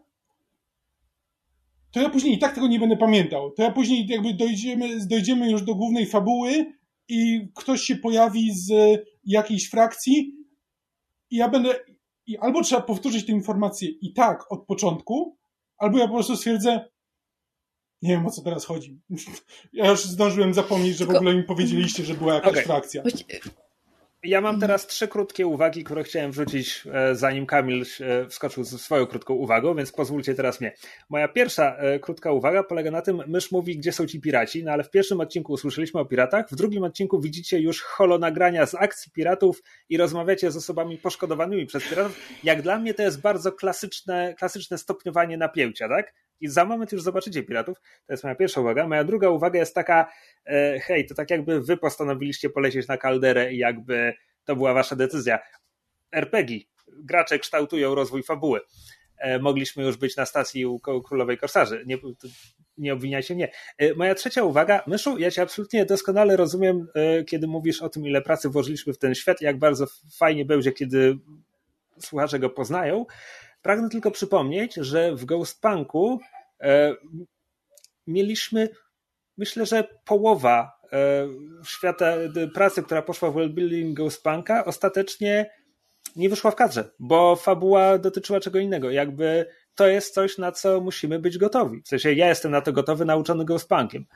to ja później i tak tego nie będę pamiętał. To ja później jakby dojdziemy już do głównej fabuły i ktoś się pojawi z jakiejś frakcji i ja będę... albo trzeba powtórzyć tę informację i tak od początku, albo ja po prostu stwierdzę, nie wiem, o co teraz chodzi. Ja już zdążyłem zapomnieć, że w ogóle mi powiedzieliście, że była jakaś frakcja. Ja mam teraz 3 krótkie uwagi, które chciałem wrzucić, zanim Kamil wskoczył ze swoją krótką uwagą, więc pozwólcie teraz mnie. Moja pierwsza krótka uwaga polega na tym, mysz mówi, gdzie są ci piraci, no ale w pierwszym odcinku usłyszeliśmy o piratach, w drugim odcinku widzicie już holonagrania z akcji piratów i rozmawiacie z osobami poszkodowanymi przez piratów. Jak dla mnie to jest bardzo klasyczne stopniowanie napięcia, tak? I za moment już zobaczycie piratów. To jest moja pierwsza uwaga. Moja druga uwaga jest taka, hej, to tak jakby wy postanowiliście polecieć na kalderę i jakby to była wasza decyzja. RPG. Gracze kształtują rozwój fabuły. Mogliśmy już być na stacji u Królowej Korsarzy. Nie obwiniajcie mnie. Moja trzecia uwaga. Myszu, ja cię absolutnie doskonale rozumiem, kiedy mówisz o tym, ile pracy włożyliśmy w ten świat i jak bardzo fajnie będzie, kiedy słuchacze go poznają. Pragnę tylko przypomnieć, że w Ghostpunku mieliśmy, myślę, że połowa świata pracy, która poszła w worldbuilding Ghostpunka, ostatecznie nie wyszła w kadrze, bo fabuła dotyczyła czego innego. Jakby to jest coś, na co musimy być gotowi. W sensie ja jestem na to gotowy, nauczony Ghostpunkiem.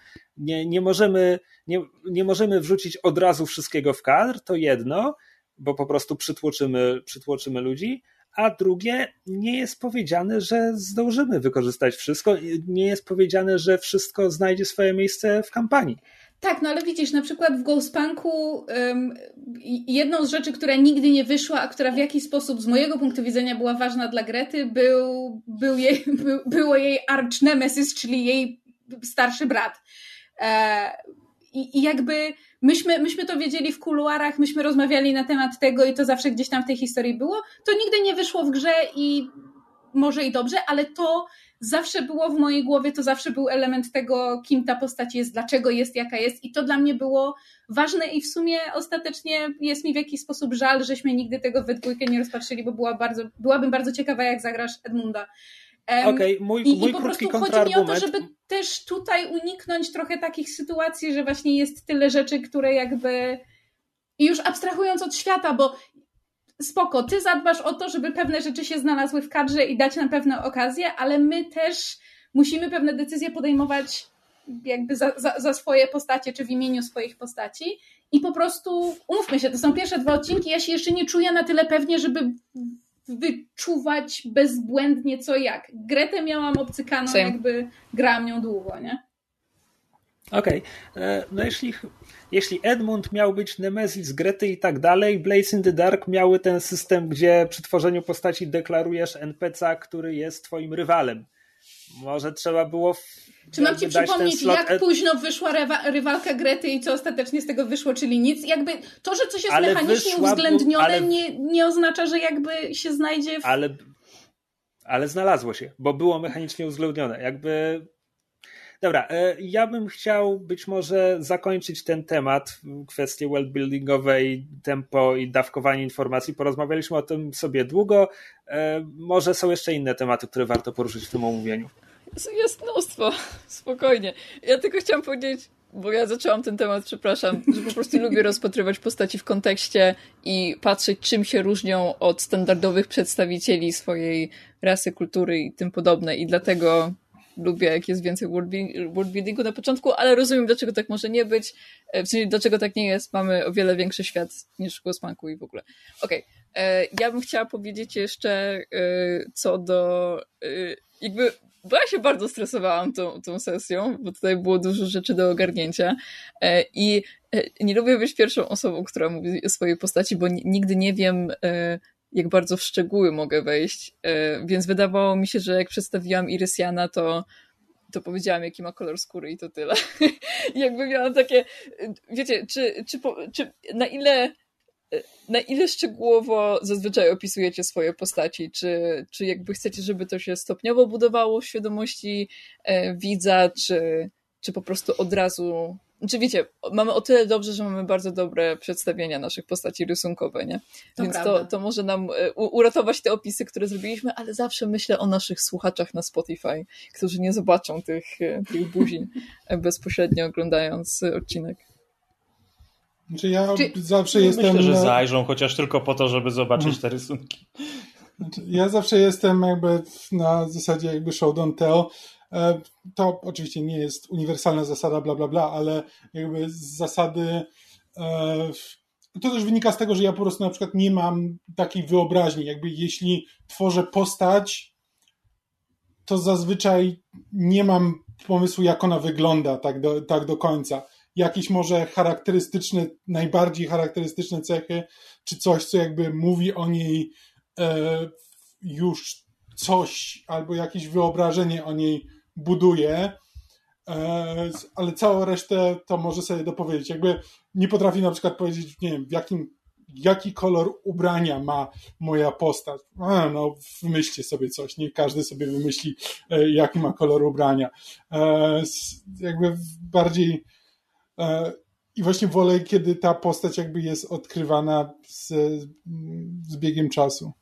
Nie możemy wrzucić od razu wszystkiego w kadr, to jedno, bo po prostu przytłoczymy ludzi, a drugie, nie jest powiedziane, że zdążymy wykorzystać wszystko, nie jest powiedziane, że wszystko znajdzie swoje miejsce w kampanii. Tak, no ale widzisz, na przykład w Ghostpunku jedną z rzeczy, która nigdy nie wyszła, a która w jakiś sposób z mojego punktu widzenia była ważna dla Grety, było jej arch nemesis, czyli jej starszy brat. I jakby myśmy to wiedzieli w kuluarach, myśmy rozmawiali na temat tego i to zawsze gdzieś tam w tej historii było. To nigdy nie wyszło w grze i może i dobrze, ale to zawsze było w mojej głowie, to zawsze był element tego, kim ta postać jest, dlaczego jest, jaka jest i to dla mnie było ważne i w sumie ostatecznie jest mi w jakiś sposób żal, żeśmy nigdy tego we dwójkę nie rozpatrzyli, bo byłabym bardzo ciekawa, jak zagrasz Edmunda. Mój po prostu kontrargument. chodzi mi o to, żeby też tutaj uniknąć trochę takich sytuacji, że właśnie jest tyle rzeczy, które jakby i już abstrahując od świata, bo spoko, ty zadbasz o to, żeby pewne rzeczy się znalazły w kadrze i dać nam pewne okazje, ale my też musimy pewne decyzje podejmować jakby za swoje postacie, czy w imieniu swoich postaci i po prostu umówmy się, to są pierwsze 2 odcinki, ja się jeszcze nie czuję na tyle pewnie, żeby wyczuwać bezbłędnie co jak. Gretę miałam obcykaną, jakby grałam nią długo, nie? Okej. No jeśli Edmund miał być Nemesis Grety i tak dalej, Blades in the Dark miały ten system, gdzie przy tworzeniu postaci deklarujesz NPC-a, który jest twoim rywalem. Może trzeba było Czy mam ci przypomnieć, jak późno wyszła rywalka Grety i co ostatecznie z tego wyszło, czyli nic? Jakby to, że coś jest mechanicznie uwzględnione, nie oznacza, że jakby się znajdzie Ale znalazło się, bo było mechanicznie uwzględnione. Jakby... Dobra, ja bym chciał być może zakończyć ten temat, kwestie worldbuildingowej, tempo i dawkowanie informacji. Porozmawialiśmy o tym sobie długo. Może są jeszcze inne tematy, które warto poruszyć w tym omówieniu. Jest mnóstwo, spokojnie. Ja tylko chciałam powiedzieć, bo ja zaczęłam ten temat, przepraszam, że po prostu lubię rozpatrywać postaci w kontekście i patrzeć, czym się różnią od standardowych przedstawicieli swojej rasy, kultury i tym podobne. I dlatego lubię, jak jest więcej worldbuildingu na początku, ale rozumiem, dlaczego tak może nie być. W sensie, dlaczego tak nie jest. Mamy o wiele większy świat niż w Ghostpunku i w ogóle. Okej. Ja bym chciała powiedzieć jeszcze co do jakby, bo ja się bardzo stresowałam tą sesją, bo tutaj było dużo rzeczy do ogarnięcia i nie lubię być pierwszą osobą, która mówi o swojej postaci, bo nigdy nie wiem, jak bardzo w szczegóły mogę wejść, więc wydawało mi się, że jak przedstawiłam Irysiana, to powiedziałam, jaki ma kolor skóry i to tyle. Jakby miałam takie, wiecie, czy na ile szczegółowo zazwyczaj opisujecie swoje postaci? Czy jakby chcecie, żeby to się stopniowo budowało w świadomości widza, czy po prostu od razu... Czy wiecie, mamy o tyle dobrze, że mamy bardzo dobre przedstawienia naszych postaci rysunkowe, nie? Więc to może nam uratować te opisy, które zrobiliśmy, ale zawsze myślę o naszych słuchaczach na Spotify, którzy nie zobaczą tych buzi bezpośrednio oglądając odcinek. Znaczy ja zawsze jestem... Myślę, że zajrzą, chociaż tylko po to, żeby zobaczyć te rysunki. Znaczy, ja zawsze jestem jakby na zasadzie jakby show don't tell. To oczywiście nie jest uniwersalna zasada bla bla bla, ale jakby z zasady to też wynika z tego, że ja po prostu na przykład nie mam takiej wyobraźni, jakby jeśli tworzę postać, to zazwyczaj nie mam pomysłu, jak ona wygląda tak do końca. Jakieś może charakterystyczne, najbardziej charakterystyczne cechy, czy coś, co jakby mówi o niej już coś, albo jakieś wyobrażenie o niej buduje, ale całą resztę to może sobie dopowiedzieć. Jakby nie potrafi na przykład powiedzieć, nie wiem, jaki kolor ubrania ma moja postać. No, wymyślcie sobie coś, nie każdy sobie wymyśli, jaki ma kolor ubrania. Jakby bardziej i właśnie wolę, kiedy ta postać jakby jest odkrywana z biegiem czasu.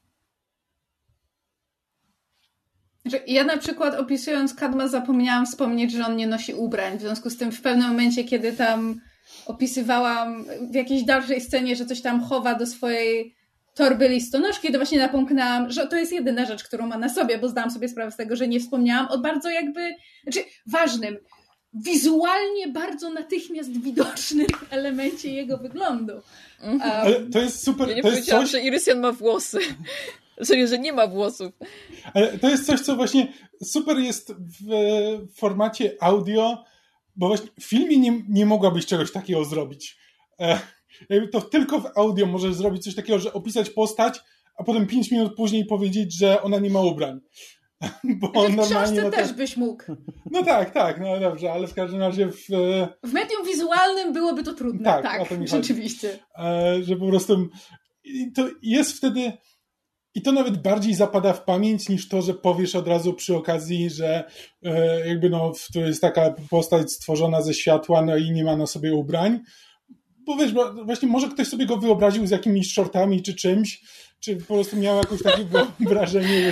Ja na przykład opisując Kadma zapomniałam wspomnieć, że on nie nosi ubrań. W związku z tym w pewnym momencie, kiedy tam opisywałam w jakiejś dalszej scenie, że coś tam chowa do swojej torby listonoszki, to właśnie napomknęłam, że to jest jedyna rzecz, którą ma na sobie, bo zdałam sobie sprawę z tego, że nie wspomniałam o bardzo jakby, ważnym, wizualnie bardzo natychmiast widocznym elemencie jego wyglądu. Ale to jest super. Ja nie to powiedziałam, jest coś... że Irysian ma włosy. Że nie ma włosów. Ale to jest coś, co właśnie super jest w formacie audio, bo właśnie w filmie nie mogłabyś czegoś takiego zrobić. To tylko w audio możesz zrobić coś takiego, że opisać postać, a potem 5 minut później powiedzieć, że ona nie ma ubrań. Bo normalnie w też byś mógł. No tak, no dobrze, ale w każdym razie w medium wizualnym byłoby to trudne. Tak, rzeczywiście. Że po prostu to jest wtedy i to nawet bardziej zapada w pamięć niż to, że powiesz od razu przy okazji, że jakby to jest taka postać stworzona ze światła, no i nie ma na sobie ubrań. Bo wiesz, właśnie może ktoś sobie go wyobraził z jakimiś shortami czy czymś, czy po prostu miał jakieś takie wyobrażenie.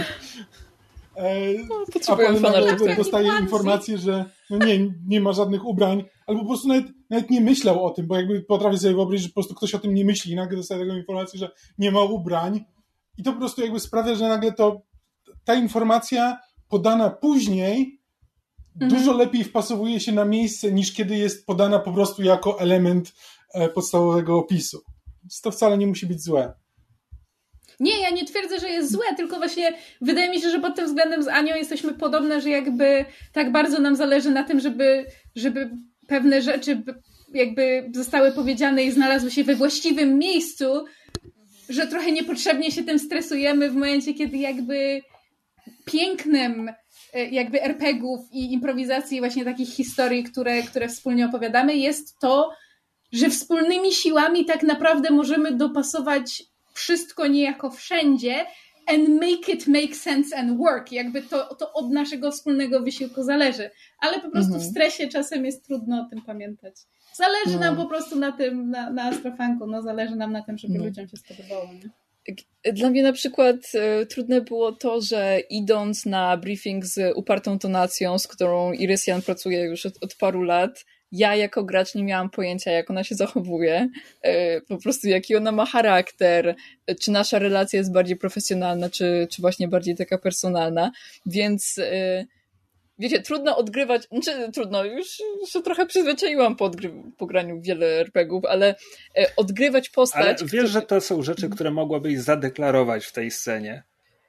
A potem nagle dostaje informację, że nie ma żadnych ubrań, albo po prostu nawet nie myślał o tym, bo jakby potrafię sobie wyobrazić, że po prostu ktoś o tym nie myśli i nagle dostaje taką informację, że nie ma ubrań i to po prostu jakby sprawia, że nagle ta informacja podana później dużo lepiej wpasowuje się na miejsce, niż kiedy jest podana po prostu jako element podstawowego opisu. Więc to wcale nie musi być złe. Nie, ja nie twierdzę, że jest złe, tylko właśnie wydaje mi się, że pod tym względem z Anią jesteśmy podobne, że jakby tak bardzo nam zależy na tym, żeby pewne rzeczy jakby zostały powiedziane i znalazły się we właściwym miejscu, że trochę niepotrzebnie się tym stresujemy w momencie, kiedy jakby pięknem jakby RPG-ów i improwizacji właśnie takich historii, które wspólnie opowiadamy, jest to, że wspólnymi siłami tak naprawdę możemy dopasować wszystko niejako wszędzie and make it make sense and work. Jakby to od naszego wspólnego wysiłku zależy. Ale po prostu w stresie czasem jest trudno o tym pamiętać. Zależy nam po prostu na tym, na Astrofunku, no zależy nam na tym, żeby ludziom się spodobało. Nie? Dla mnie na przykład trudne było to, że idąc na briefing z upartą tonacją, z którą Irysian pracuje już od paru lat, ja jako gracz nie miałam pojęcia, jak ona się zachowuje, po prostu jaki ona ma charakter, czy nasza relacja jest bardziej profesjonalna, czy właśnie bardziej taka personalna, więc wiecie, trudno odgrywać, trudno, już się trochę przyzwyczaiłam po graniu wiele RPGów, ale odgrywać postać... Ale wiesz, że to są rzeczy, które mogłabyś zadeklarować w tej scenie.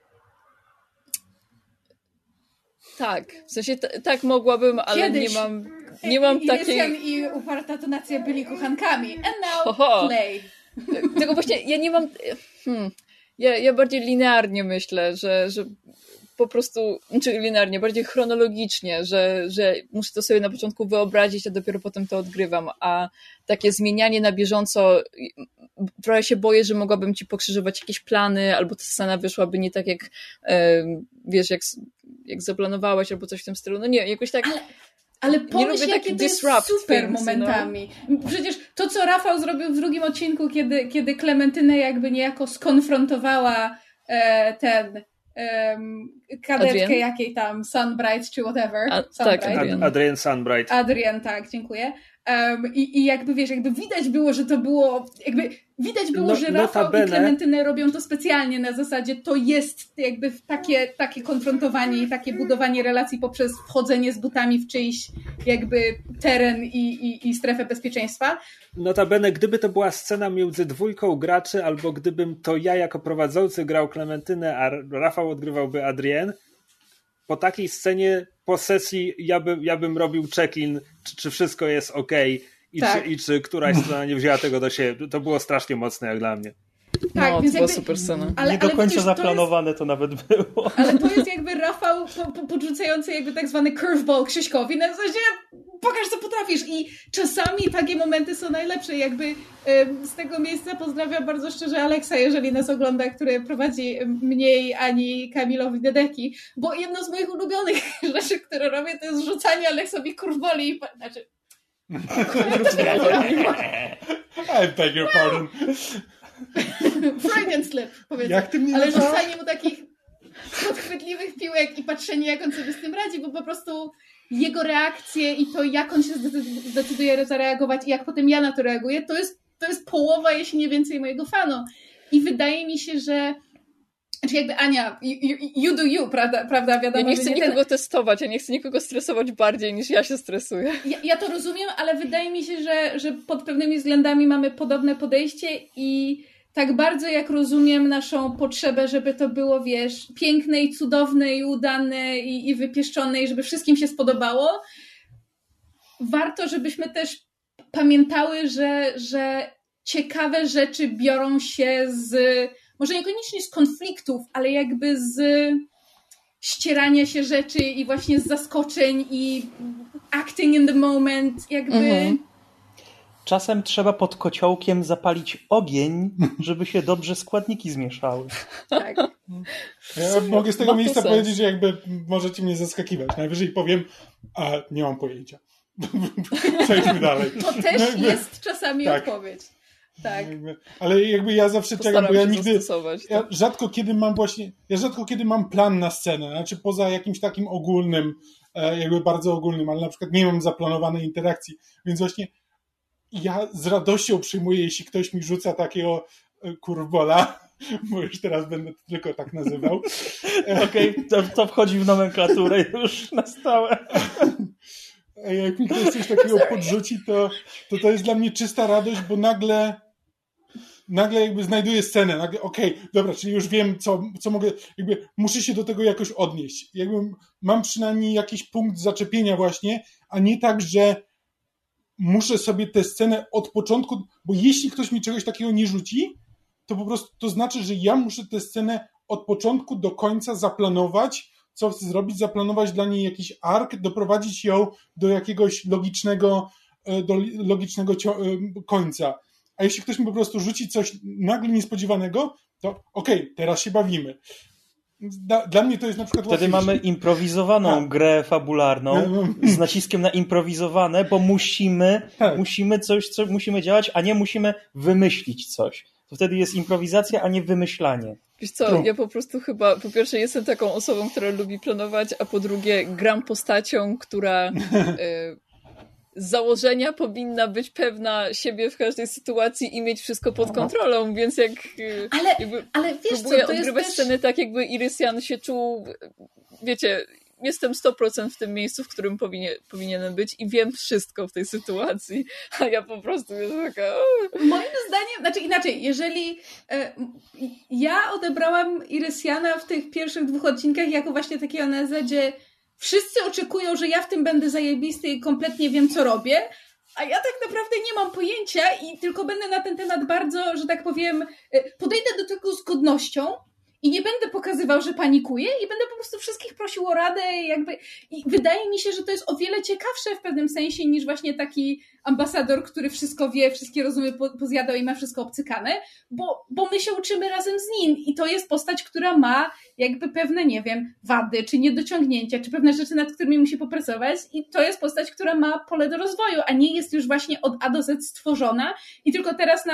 Tak, w sensie tak mogłabym, ale Kiedyś nie mam takiej... Irysian i uparta tonacja byli kochankami. And now play. Tego właśnie, ja nie mam... Ja bardziej linearnie myślę, że po prostu, czy linearnie, bardziej chronologicznie, że muszę to sobie na początku wyobrazić, a dopiero potem to odgrywam, a takie zmienianie na bieżąco, trochę się boję, że mogłabym ci pokrzyżować jakieś plany, albo ta scena wyszłaby nie tak jak, wiesz, jak zaplanowałeś, albo coś w tym stylu. No nie, jakoś tak... Ale pomyśl, jakie to jest super momentami. No. Przecież to, co Rafał zrobił w drugim odcinku, kiedy Klementynę jakby niejako skonfrontowała kadetkę jakiej tam, Sunbright czy whatever. Tak, Adrian Sunbright. Adrian, tak, dziękuję. I jakby wiesz, jakby widać było, że to było, jakby widać było, że Rafał i Klementynę robią to specjalnie na zasadzie, to jest jakby takie konfrontowanie i takie budowanie relacji poprzez wchodzenie z butami w czyjś jakby teren i strefę bezpieczeństwa. Notabene, gdyby to była scena między dwójką graczy, albo gdybym to ja jako prowadzący grał Klementynę, a Rafał odgrywałby Adrienne, po takiej scenie, po sesji ja bym robił check-in, czy wszystko jest okej i czy któraś strona nie wzięła tego do siebie. To było strasznie mocne jak dla mnie. Tak, no, to była super scena. Nie do końca zaplanowane to nawet było. Ale to jest jakby Rafał podrzucający jakby tak zwany curveball Krzyśkowi, na zasadzie pokaż, co potrafisz. I czasami takie momenty są najlepsze. Jakby z tego miejsca pozdrawiam bardzo szczerze Aleksa, jeżeli nas ogląda, który prowadzi mniej ani Kamilowi Dedeki, bo jedno z moich ulubionych rzeczy, które robię, to jest rzucanie Aleksowi curveballi. Znaczy... I beg your pardon. Freudian slip, powiedzmy. Jak ty mnie ale rzucanie mu takich podchwytliwych piłek i patrzenie, jak on sobie z tym radzi, bo po prostu jego reakcje i to, jak on się zdecyduje zareagować i jak potem ja na to reaguję, to jest połowa, jeśli nie więcej, mojego fanu. I wydaje mi się, że znaczy jakby Ania, you do you, prawda? Wiadomo, ja nie chcę nikogo testować, ja nie chcę nikogo stresować bardziej niż ja się stresuję. Ja to rozumiem, ale wydaje mi się, że pod pewnymi względami mamy podobne podejście i tak bardzo jak rozumiem naszą potrzebę, żeby to było, wiesz, piękne i cudowne i udane i wypieszczone i żeby wszystkim się spodobało, warto, żebyśmy też pamiętały, że ciekawe rzeczy biorą się może niekoniecznie z konfliktów, ale jakby z ścierania się rzeczy i właśnie z zaskoczeń i acting in the moment, jakby... Czasem trzeba pod kociołkiem zapalić ogień, żeby się dobrze składniki zmieszały. Tak. Ja mogę z tego miejsca powiedzieć, że jakby możecie mnie zaskakiwać. Najwyżej powiem, a nie mam pojęcia. Przejdźmy dalej. To też jest czasami odpowiedź. Tak. Ale jakby ja zawsze czekam, bo ja rzadko kiedy mam plan na scenę, znaczy poza jakimś takim ogólnym, jakby bardzo ogólnym, ale na przykład nie mam zaplanowanej interakcji, więc właśnie ja z radością przyjmuję, jeśli ktoś mi rzuca takiego curveballa, bo już teraz będę to tylko tak nazywał. Okej, to wchodzi w nomenklaturę już na stałe. A jak mi ktoś coś takiego podrzuci, to jest dla mnie czysta radość, bo nagle nagle jakby znajduję scenę, nagle okej, dobra, czyli już wiem, co mogę, jakby muszę się do tego jakoś odnieść. Jakby mam przynajmniej jakiś punkt zaczepienia właśnie, a nie tak, że muszę sobie tę scenę od początku, bo jeśli ktoś mi czegoś takiego nie rzuci, to po prostu to znaczy, że ja muszę tę scenę od początku do końca zaplanować, co chcę zrobić, zaplanować dla niej jakiś ark, doprowadzić ją do jakiegoś logicznego końca. A jeśli ktoś mi po prostu rzuci coś nagle niespodziewanego, to okej, teraz się bawimy. Dla mnie to jest na przykład wtedy łatwiejsze. mamy improwizowaną grę fabularną z naciskiem na improwizowane, bo musimy coś, co musimy działać, a nie musimy wymyślić coś. To wtedy jest improwizacja, a nie wymyślanie. Wiesz co, ja po prostu chyba, po pierwsze jestem taką osobą, która lubi planować, a po drugie gram postacią, która z założenia powinna być pewna siebie w każdej sytuacji i mieć wszystko pod kontrolą, więc jak ale wiesz próbuję co, to odgrywać jest sceny tak, jakby Irysian się czuł, wiecie, jestem 100% w tym miejscu, w którym powinienem być i wiem wszystko w tej sytuacji, a ja po prostu jestem taka... Moim zdaniem, znaczy inaczej, jeżeli ja odebrałam Irysiana w tych pierwszych 2 odcinkach jako właśnie takiego na zasadzie wszyscy oczekują, że ja w tym będę zajebisty i kompletnie wiem, co robię, a ja tak naprawdę nie mam pojęcia i tylko będę na ten temat bardzo, że tak powiem, podejdę do tego z godnością i nie będę pokazywał, że panikuję i będę po prostu wszystkich prosił o radę i wydaje mi się, że to jest o wiele ciekawsze w pewnym sensie niż właśnie taki ambasador, który wszystko wie, wszystkie rozumy pozjadał i ma wszystko obcykane, bo my się uczymy razem z nim i to jest postać, która ma jakby pewne, nie wiem, wady, czy niedociągnięcia, czy pewne rzeczy, nad którymi musi popracować i to jest postać, która ma pole do rozwoju, a nie jest już właśnie od A do Z stworzona i tylko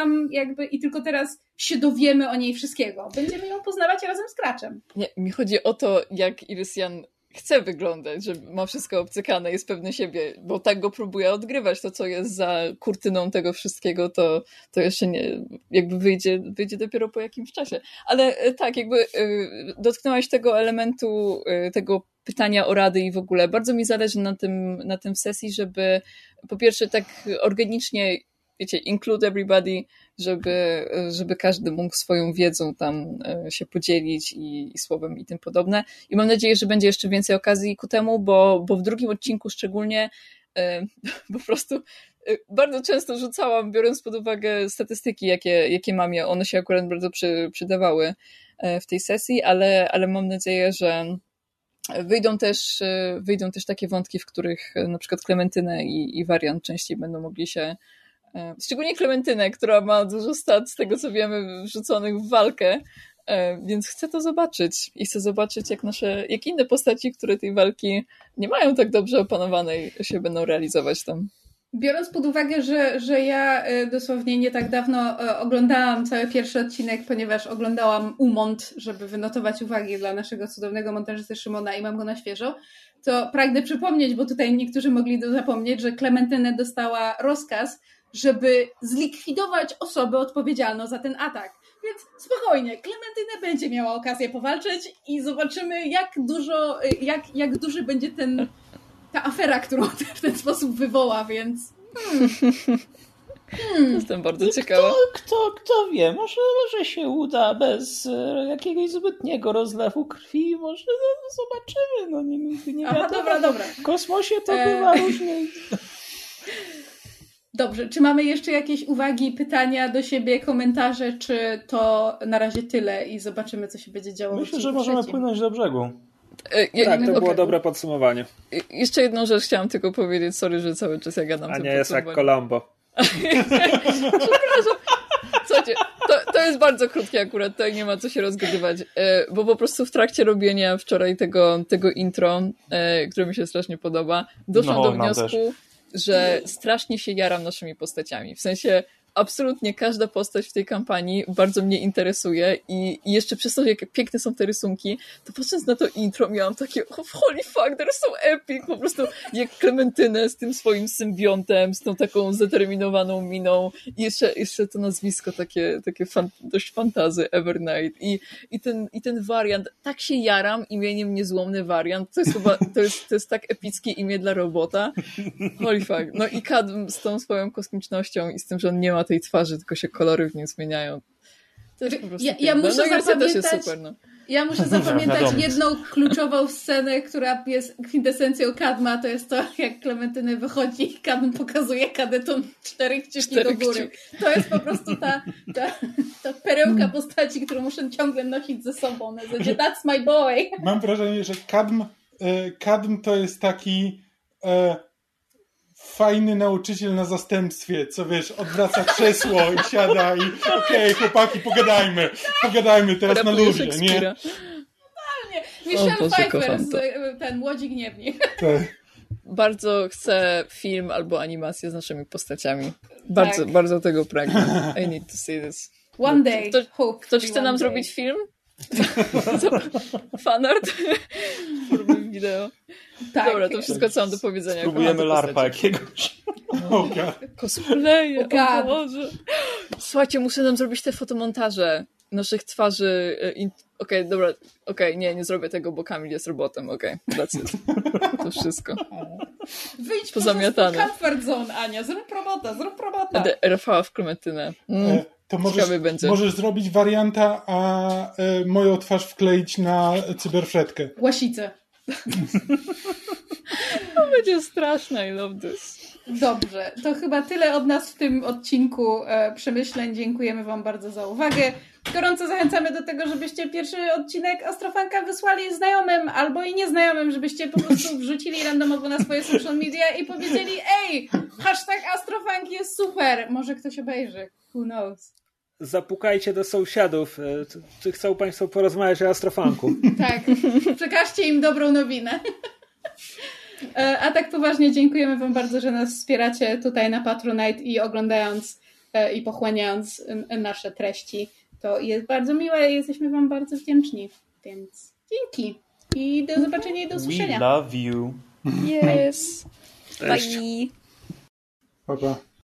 teraz się dowiemy o niej wszystkiego. Będziemy ją poznawać razem z graczem. Nie, mi chodzi o to, jak Irysian chce wyglądać, że ma wszystko obcykane, jest pewny siebie, bo tak go próbuje odgrywać. To, co jest za kurtyną tego wszystkiego, to jeszcze nie, jakby wyjdzie dopiero po jakimś czasie. Ale tak, jakby dotknęłaś tego elementu, tego pytania o rady i w ogóle. Bardzo mi zależy na tym w sesji, żeby po pierwsze tak organicznie, wiecie, include everybody, żeby każdy mógł swoją wiedzą tam się podzielić i słowem i tym podobne. I mam nadzieję, że będzie jeszcze więcej okazji ku temu, bo w drugim odcinku szczególnie po prostu bardzo często rzucałam, biorąc pod uwagę statystyki, jakie mam je. One się akurat bardzo przydawały w tej sesji, ale mam nadzieję, że wyjdą też takie wątki, w których na przykład Klementynę i Wariant częściej będą mogli się, szczególnie Klementynę, która ma dużo stat, z tego co wiemy, wrzuconych w walkę, więc chcę to zobaczyć i chcę zobaczyć, jak inne postaci, które tej walki nie mają tak dobrze opanowanej, się będą realizować tam. Biorąc pod uwagę, że ja dosłownie nie tak dawno oglądałam cały pierwszy odcinek, ponieważ oglądałam Umont, żeby wynotować uwagi dla naszego cudownego montażysty Szymona i mam go na świeżo, to pragnę przypomnieć, bo tutaj niektórzy mogli zapomnieć, że Klementynę dostała rozkaz, żeby zlikwidować osobę odpowiedzialną za ten atak. Więc spokojnie, Klementynę będzie miała okazję powalczyć i zobaczymy, jak duży będzie ta afera, którą w ten sposób wywoła, więc... Jestem bardzo ciekawa. Kto wie, może się uda bez jakiegoś zbytniego rozlewu krwi, może zobaczymy, nigdy nie wiadomo. Dobra. W kosmosie to bywa różnie. Dobrze, czy mamy jeszcze jakieś uwagi, pytania do siebie, komentarze, czy to na razie tyle i zobaczymy, co się będzie działo. Myślę, że możemy płynąć do brzegu. Tak, to było dobre podsumowanie. Jeszcze jedną rzecz chciałam tylko powiedzieć, sorry, że cały czas ja gadam. A nie jest jak Columbo. Przepraszam. Słuchajcie, to jest bardzo krótkie akurat, tutaj nie ma co się rozgadywać, bo po prostu w trakcie robienia wczoraj tego intro, które mi się strasznie podoba, doszłam do wniosku, że strasznie się jaram naszymi postaciami. W sensie absolutnie każda postać w tej kampanii bardzo mnie interesuje i jeszcze przez to, jak piękne są te rysunki, to patrząc na to intro miałam takie holy fuck, they're so epic, po prostu jak Klementynę z tym swoim symbiontem, z tą taką zdeterminowaną miną i jeszcze to nazwisko takie dość fantazy, Evernight i ten wariant, tak się jaram imieniem Niezłomny Wariant, to jest chyba, to jest tak epickie imię dla robota, holy fuck, no i Kadm z tą swoją kosmicznością i z tym, że on nie ma ma tej twarzy, tylko się kolory w nim zmieniają. To jest po prostu ja muszę zapamiętać, też jest super, no. Ja muszę zapamiętać jedną kluczową scenę, która jest kwintesencją Kadma, to jest to, jak Klementyny wychodzi i Kadm pokazuje kadetom 4 kciuki do góry. To jest po prostu ta perełka postaci, którą muszę ciągle nosić ze sobą. Na zasadzie, that's my boy. Mam wrażenie, że Kadm to jest taki fajny nauczyciel na zastępstwie, co wiesz, odwraca krzesło i siada i okej, chłopaki, pogadajmy teraz na luzie, nie? Totalnie. Michelle Pfeiffer ten Młodzi Gniewni. Tak. Bardzo chcę film albo animację z naszymi postaciami. Bardzo, bardzo tego pragnę. I need to see this. One day. Ktoś chce nam zrobić film? Fanart? W formie wideo. Tak. Dobra, to wszystko, co mam do powiedzenia. Próbujemy larpa jakiegoś. Cosplaye. O Boże. Słuchajcie, muszę nam zrobić te fotomontaże naszych twarzy. Okej, dobra. Nie zrobię tego, bo Kamil jest robotem. That's it. To wszystko. Wyjdź pozamiatane. Comfort zone, Ania. Zrób robota. Będę rafała w Klementynę. To możesz zrobić warianta, a moją twarz wkleić na cyberfretkę. Łasicę. To będzie straszne, I love this. Dobrze, to chyba tyle od nas w tym odcinku przemyśleń. Dziękujemy wam bardzo za uwagę. Gorąco zachęcamy do tego, żebyście pierwszy odcinek Astrofanka wysłali znajomym albo i nieznajomym, żebyście po prostu wrzucili randomowo na swoje social media i powiedzieli: ej, #Astrofank jest super, może ktoś obejrzy. Who knows? Zapukajcie do sąsiadów. Czy chcą państwo porozmawiać o Astrofanku? Tak, przekażcie im dobrą nowinę. A tak poważnie dziękujemy wam bardzo, że nas wspieracie tutaj na Patronite i oglądając i pochłaniając nasze treści. To jest bardzo miłe i jesteśmy wam bardzo wdzięczni. Więc dzięki. I do zobaczenia i do usłyszenia. We love you. Yes. Cześć. Bye. Pa, pa.